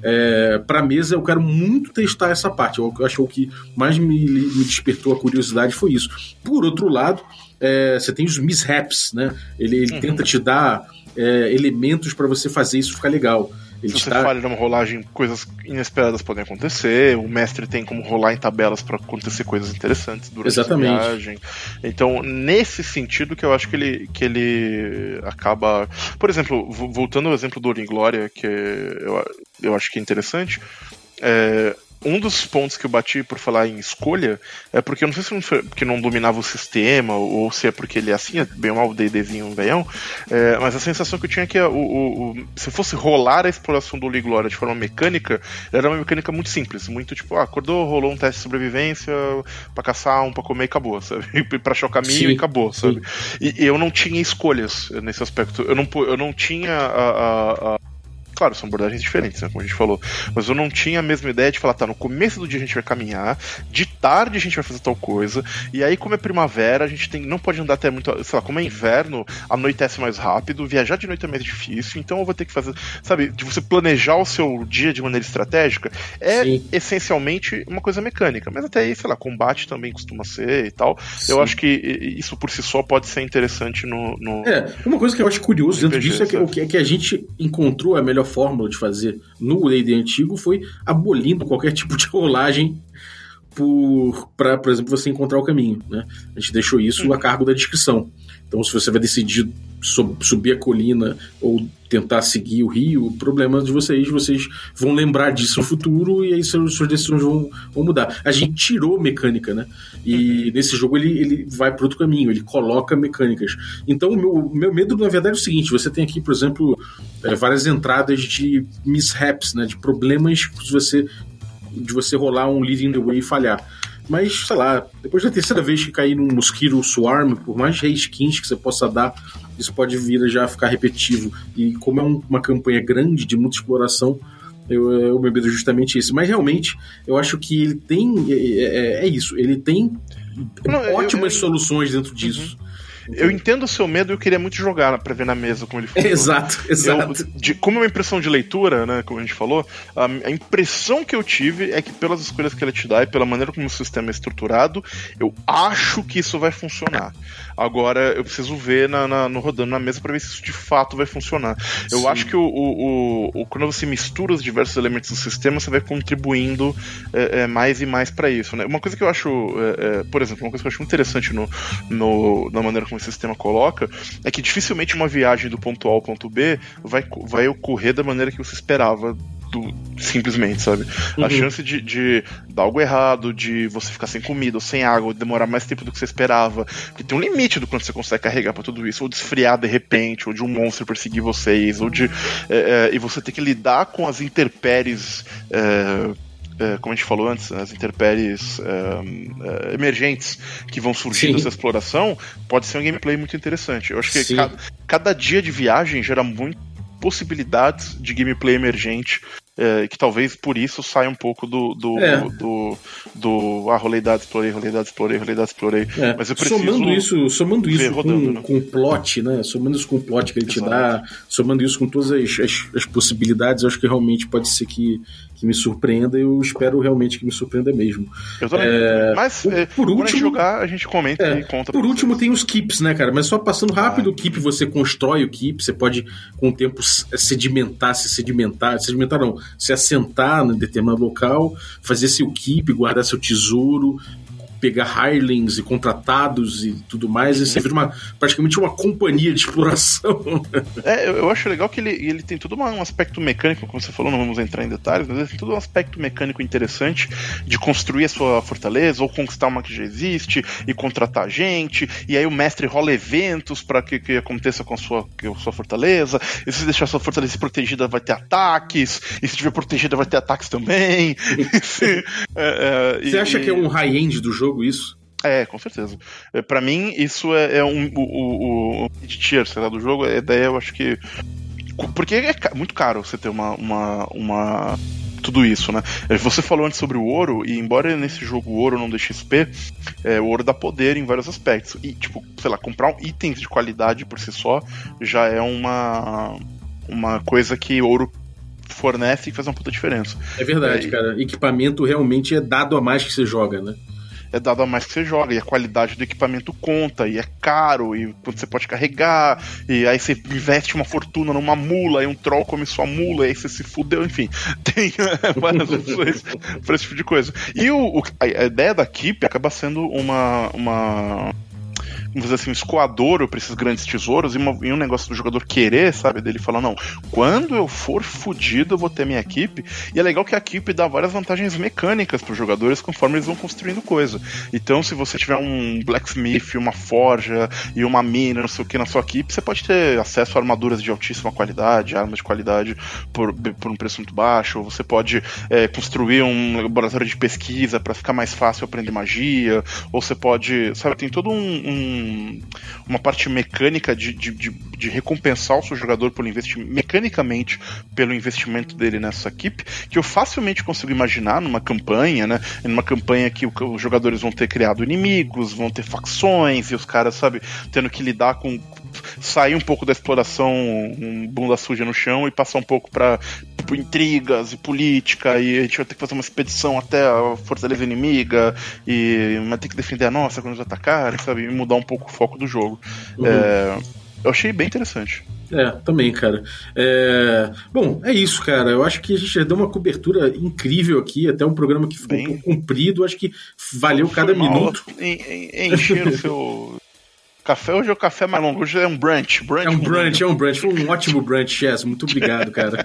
É, para a mesa eu quero muito testar essa parte, eu acho que o que mais me, me despertou a curiosidade foi isso. Por outro lado, é, você tem os mishaps, né? Ele, ele uhum. tenta te dar é, elementos para você fazer isso ficar legal. Ele Se você tá... falha numa rolagem, coisas inesperadas podem acontecer. O mestre tem como rolar em tabelas para acontecer coisas interessantes durante Exatamente. a viagem. Então, nesse sentido que eu acho que ele, que ele acaba... Por exemplo, voltando ao exemplo do Ouro em Glória, que eu, eu acho que é interessante, é... um dos pontos que eu bati por falar em escolha é porque eu não sei se não foi porque não dominava o sistema ou se é porque ele é assim, é bem mal o DDzinho um veião, é, mas a sensação que eu tinha é que o, o, o, se fosse rolar a exploração do Ouro e Glória de forma mecânica, era uma mecânica muito simples, muito tipo, ah, acordou, rolou um teste de sobrevivência pra caçar, um pra comer e acabou, sabe? Pra achar o caminho sim, e acabou, sabe? E, e eu não tinha escolhas nesse aspecto, eu não, eu não tinha a, a, a claro, são abordagens diferentes, né, como a gente falou. Mas eu não tinha a mesma ideia de falar, tá, no começo do dia a gente vai caminhar, de tarde a gente vai fazer tal coisa, e aí como é primavera, a gente tem, não pode andar até muito, sei lá, como é inverno, anoitece mais rápido, viajar de noite é mais difícil, então eu vou ter que fazer, sabe, de você planejar o seu dia de maneira estratégica, é Sim. essencialmente uma coisa mecânica, mas até aí, sei lá, combate também costuma ser e tal. Sim. Eu acho que isso por si só pode ser interessante no... no é, uma coisa que eu acho curioso dentro disso é que, o que, é que a gente encontrou a melhor fórmula de fazer no D e D antigo foi abolindo qualquer tipo de rolagem por, pra, por exemplo, você encontrar o caminho, né? A gente deixou isso a cargo da descrição. Então, se você vai decidir sub, subir a colina ou tentar seguir o rio, o problema de vocês, vocês vão lembrar disso no futuro e aí suas, suas decisões vão, vão mudar. A gente tirou mecânica, né? E nesse jogo ele, ele vai para outro caminho, ele coloca mecânicas. Então, o meu, o meu medo, na verdade, é o seguinte: você tem aqui, por exemplo, é, várias entradas de mishaps, né? De problemas de você, de você rolar um leading the way e falhar. Mas, sei lá, depois da terceira vez que cair num Mosquito Swarm, por mais reskins que você possa dar, isso pode vir a já ficar repetitivo. E como é um, uma campanha grande, de muita exploração, eu, eu me medo justamente isso. Mas realmente, eu acho que ele tem... É, é, é isso, ele tem Não, ótimas eu, eu, soluções dentro disso. Uhum. eu entendo o seu medo e eu queria muito jogar pra ver na mesa como ele funciona. Exato, exato. Eu, de, como é uma impressão de leitura, né, como a gente falou, a, a impressão que eu tive é que pelas escolhas que ele te dá e pela maneira como o sistema é estruturado, eu acho que isso vai funcionar. Agora eu preciso ver na, na, no rodando na mesa pra ver se isso de fato vai funcionar. Eu Sim. acho que o, o, o, o, quando você mistura os diversos elementos do sistema, você vai contribuindo é, é, mais e mais pra isso, né? Uma coisa que eu acho, é, é, por exemplo, uma coisa que eu acho muito interessante no, no, na maneira como o sistema coloca é que dificilmente uma viagem do ponto A ao ponto B vai, vai ocorrer da maneira que você esperava. Do, simplesmente, sabe? Uhum. A chance de, de dar algo errado, de você ficar sem comida ou sem água, ou demorar mais tempo do que você esperava, porque tem um limite do quanto você consegue carregar pra tudo isso, ou de esfriar de repente, ou de um monstro perseguir vocês, ou de é, é, e você ter que lidar com as intempéries. É, É, como a gente falou antes, as intempéries é, é, emergentes que vão surgir dessa exploração, pode ser um gameplay muito interessante. Eu acho que cada, cada dia de viagem gera muito possibilidades de gameplay emergente, é, que talvez por isso saia um pouco do do, é. do, do, do ah, rolei dados, explorei, rolei dados, explorei, rolei dados, explorei. É. Mas eu preciso somando isso, somando isso rodando, com, né? com o plot, né? Somando isso com o plot que ele Exato. te dá, somando isso com todas as, as, as possibilidades, eu acho que realmente pode ser que, que me surpreenda. Eu espero realmente que me surpreenda mesmo. Eu também. É, mas por, é, por último, quando a gente jogar, a gente comenta é, e conta. Por último, vocês. Tem os keeps, né, cara? Mas só passando rápido ah. o keep, você constrói o keep, você pode com o tempo sedimentar, se sedimentar, sedimentar não, se assentar em determinado local, fazer seu keep, guardar seu tesouro, pegar hirelings e contratados e tudo mais, e você vira uma, praticamente uma companhia de exploração. É, eu, eu acho legal que ele, ele tem todo uma, um aspecto mecânico, como você falou, não vamos entrar em detalhes, mas ele tem todo um aspecto mecânico interessante de construir a sua fortaleza, ou conquistar uma que já existe, e contratar gente, e aí o mestre rola eventos para que, que aconteça com a sua, com a sua fortaleza, e se deixar a sua fortaleza protegida vai ter ataques, e se tiver protegida vai ter ataques também. se, é, é, você e, acha que é um high-end do jogo isso? É, com certeza. É, pra mim, isso é, é um, o, o, o mid-tier, sei lá, do jogo. A ideia, eu acho que... Porque é muito caro você ter uma... uma, uma... tudo isso, né? Você falou antes sobre o ouro, e embora nesse jogo o ouro não dê X P, é, o ouro dá poder em vários aspectos. E, tipo, sei lá, comprar itens de qualidade por si só já é uma, uma coisa que ouro fornece e faz uma puta diferença. É verdade, é, cara. Equipamento realmente é dado a mais que você joga, né? É dado a mais que você joga, e a qualidade do equipamento conta, e é caro, e quando você pode carregar, e aí você investe uma fortuna numa mula, e um troll come sua mula, e aí você se fudeu, enfim, tem várias opções para esse tipo de coisa. E o, o, a ideia da Keep acaba sendo uma... uma vamos dizer assim, um escoadouro pra esses grandes tesouros, e, uma, e um negócio do jogador querer, sabe, dele falar, não, quando eu for fudido eu vou ter minha equipe, e é legal que a equipe dá várias vantagens mecânicas pros jogadores conforme eles vão construindo coisa. Então, se você tiver um blacksmith, uma forja e uma mina, não sei o que, na sua equipe, você pode ter acesso a armaduras de altíssima qualidade, armas de qualidade por, por um preço muito baixo, ou você pode é, construir um laboratório de pesquisa para ficar mais fácil aprender magia, ou você pode, sabe, tem todo um, um uma parte mecânica de, de, de, de recompensar o seu jogador pelo investimento, mecanicamente pelo investimento dele nessa equipe, que eu facilmente consigo imaginar numa campanha, né? Numa campanha que os jogadores vão ter criado inimigos, vão ter facções, e os caras, sabe, tendo que lidar com sair um pouco da exploração, um bunda suja no chão, e passar um pouco pra, pra intrigas e política, e a gente vai ter que fazer uma expedição até a fortaleza inimiga, e vai ter que defender a nossa quando nos atacarem, sabe, e mudar um pouco o foco do jogo. Uhum. É, eu achei bem interessante. É, também, cara. É... Bom, é isso, cara. Eu acho que a gente já deu uma cobertura incrível aqui, até um programa que ficou bem... um pouco comprido, acho que valeu Foi cada mal. minuto. Encher o seu... Café hoje é o café mais longo, hoje é um brunch. brunch é um brunch, é um brunch. Foi um ótimo brunch, Chess. Muito obrigado, cara.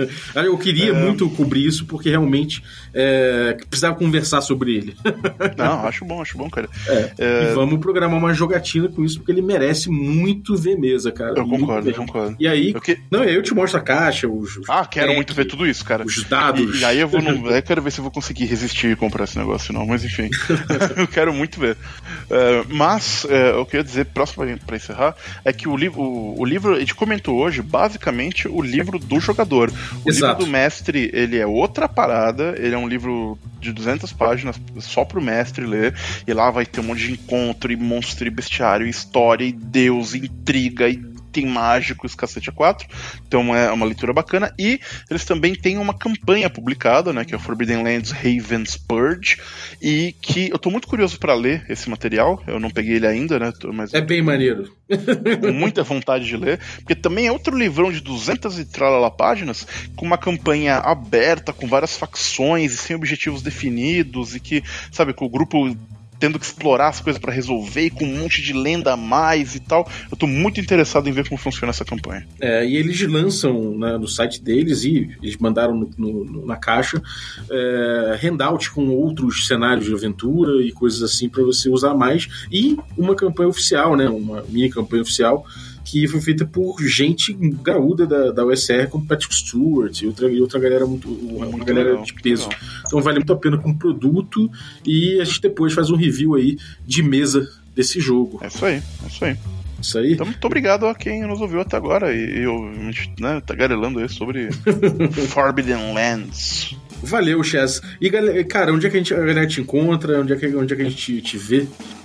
Eu queria é... muito cobrir isso, porque realmente é, precisava conversar sobre ele. Não, acho bom, acho bom, cara. É. É... E vamos programar uma jogatina com isso, porque ele merece muito ver mesa, cara. Eu concordo, eu concordo. E aí, eu que... não, eu te mostro a caixa, os, os Ah, quero muito ver tudo isso, cara. Os dados. E, e aí eu vou no... eu quero ver se eu vou conseguir resistir e comprar esse negócio, não, mas enfim. Eu quero muito ver. Uh, mas, uh, eu queria dizer próximo para encerrar, é que o livro, o, o livro, a gente comentou hoje, basicamente, o livro do jogador. O Exato. livro do mestre, ele é outra parada, ele é um livro de duzentas páginas só pro mestre ler, e lá vai ter um monte de encontro, e monstro, e bestiário, e história, e deus, e intriga, e tem mágicos, cacete a quatro, então é uma leitura bacana, e eles também têm uma campanha publicada, né, que é o Forbidden Lands Raven's Purge, e que eu tô muito curioso pra ler esse material, eu não peguei ele ainda, né, mas é bem maneiro. Com muita vontade de ler, porque também é outro livrão de duzentas e tralala páginas, com uma campanha aberta, com várias facções, e sem objetivos definidos, e que, sabe, com o grupo tendo que explorar as coisas pra resolver, e com um monte de lenda a mais e tal. Eu tô muito interessado em ver como funciona essa campanha. É, e eles lançam, né, no site deles, e eles mandaram no, no, na caixa é, handout com outros cenários de aventura e coisas assim pra você usar mais, e uma campanha oficial, né, uma mini campanha oficial que foi feita por gente graúda da, da U S R, como Patrick Stewart e outra, e outra galera muito, uma muito galera legal, de peso. legal. Então vale muito a pena com produto, e a gente depois faz um review aí de mesa desse jogo. É isso aí, é isso aí. Isso aí. Então, muito obrigado a quem nos ouviu até agora e, e eu, né, tá garelando aí sobre Forbidden Lands. Valeu, Chess. E, galera, cara, onde é que a, gente, a galera te encontra? Onde é que, onde é que a gente te, te vê?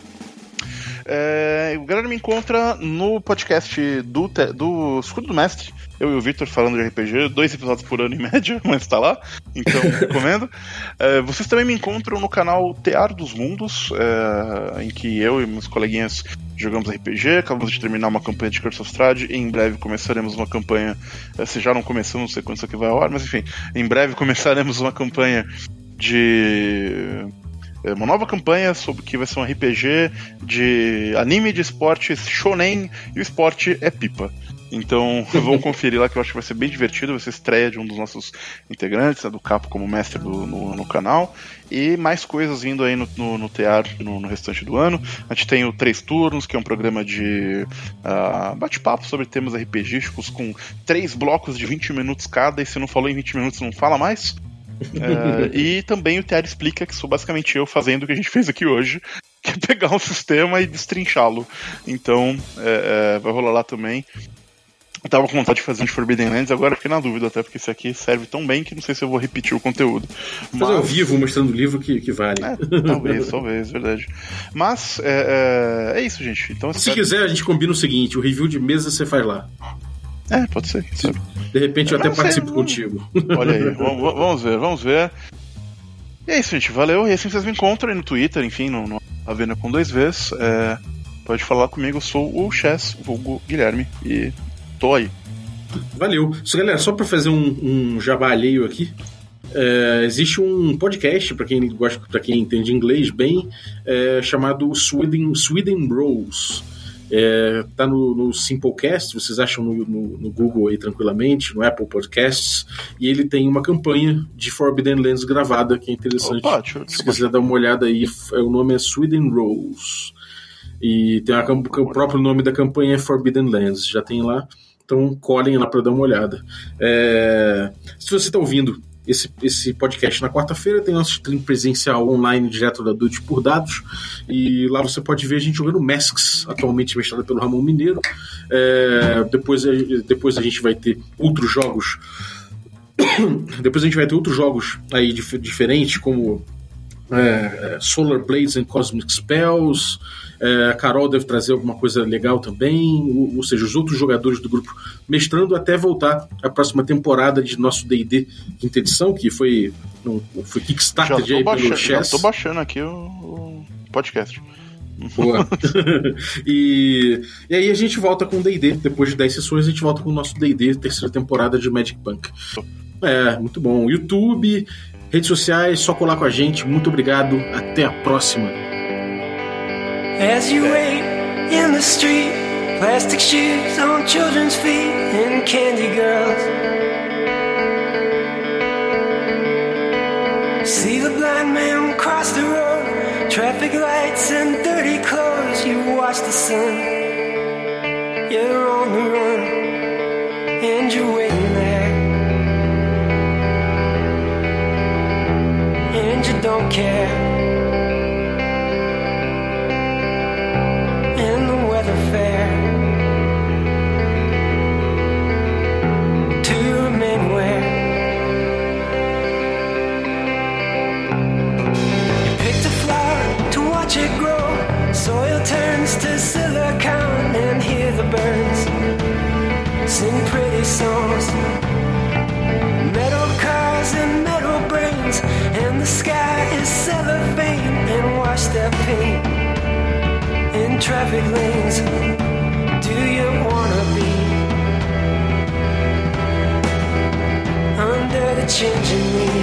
É, o galera me encontra no podcast do, do Escudo do Mestre, eu e o Victor falando de R P G, dois episódios por ano em média, mas tá lá, então recomendo. É, vocês também me encontram no canal Tear dos Mundos, é, em que eu e meus coleguinhas jogamos R P G, acabamos de terminar uma campanha de Curse of Strahd, e em breve começaremos uma campanha, se já não começamos, não sei quando isso aqui vai ao ar, mas enfim, em breve começaremos uma campanha de... uma nova campanha sobre que vai ser um R P G de anime de esportes shonen, e o esporte é pipa. Então vão conferir lá, que eu acho que vai ser bem divertido. Vai ser estreia de um dos nossos integrantes, né, do Capo como mestre do, no, no canal. E mais coisas vindo aí no, no, no teatro no, no restante do ano. A gente tem o Três Turnos, que é um programa de uh, bate-papo sobre temas RPGísticos, com três blocos de vinte minutos cada, e se não falou em vinte minutos não fala mais. Uh, e também o Teatro Explica, que sou basicamente eu fazendo o que a gente fez aqui hoje, que é pegar um sistema e destrinchá-lo. Então é, é, vai rolar lá também. Eu tava com vontade de fazer um de Forbidden Lands, agora fiquei na dúvida, até porque esse aqui serve tão bem que não sei se eu vou repetir o conteúdo. Mas... fazer ao vivo, mostrando o livro que, que vale. É, talvez, talvez, verdade. Mas é, é, é isso, gente. Então, se espero... quiser, a gente combina o seguinte: o review de mesa você faz lá. É, pode ser, sabe? De repente eu, eu até participo sei, contigo. Olha aí, vamos ver, vamos ver. E é isso, gente, valeu. E assim vocês me encontram aí no Twitter, enfim, no, no Avena com dois Vs. É, pode falar comigo, eu sou o Chess, vulgo Guilherme, e tô aí. Valeu. So, galera, só pra fazer um, um jabá alheio aqui, é, existe um podcast, pra quem gosta, para quem entende inglês bem, é, chamado Sweden, Sweden Bros. É, tá no, no Simplecast, vocês acham no, no, no Google aí tranquilamente, no Apple Podcasts, e ele tem uma campanha de Forbidden Lands gravada que é interessante. Opa, deixa, deixa se quiser dar uma olhada aí, o nome é Sweden Rose, e tem a, o próprio nome da campanha é Forbidden Lands, já tem lá, então colhem lá para dar uma olhada. É, se você está ouvindo Esse, esse podcast na quarta-feira, tem nosso stream presencial online direto da Dutch por dados, e lá você pode ver a gente jogando Masks, atualmente mestrado pelo Ramon Mineiro. É, depois, depois a gente vai ter outros jogos depois a gente vai ter outros jogos aí dif- diferentes, como é, Solar Blades and Cosmic Spells. É, a Carol deve trazer alguma coisa legal também, ou, ou seja, os outros jogadores do grupo mestrando até voltar a próxima temporada de nosso D e D quinta edição, que foi, um, foi Kickstarter de aí pelo Chess. Já tô baixando aqui o, o podcast. Boa. e, e aí a gente volta com o D e D, depois de dez sessões a gente volta com o nosso D e D, terceira temporada de Magic Punk. É, muito bom. YouTube, redes sociais, só colar com a gente. Muito obrigado, até a próxima. As you wait in the street, plastic shoes on children's feet and candy girls. See the blind man cross the road, traffic lights and dirty clothes. You watch the sun, you're on the run, and you're waiting there, and you don't care. And the weather sing pretty songs. Metal cars and metal brains, and the sky is cellophane, and wash that paint in traffic lanes. Do you wanna be under the changing moon?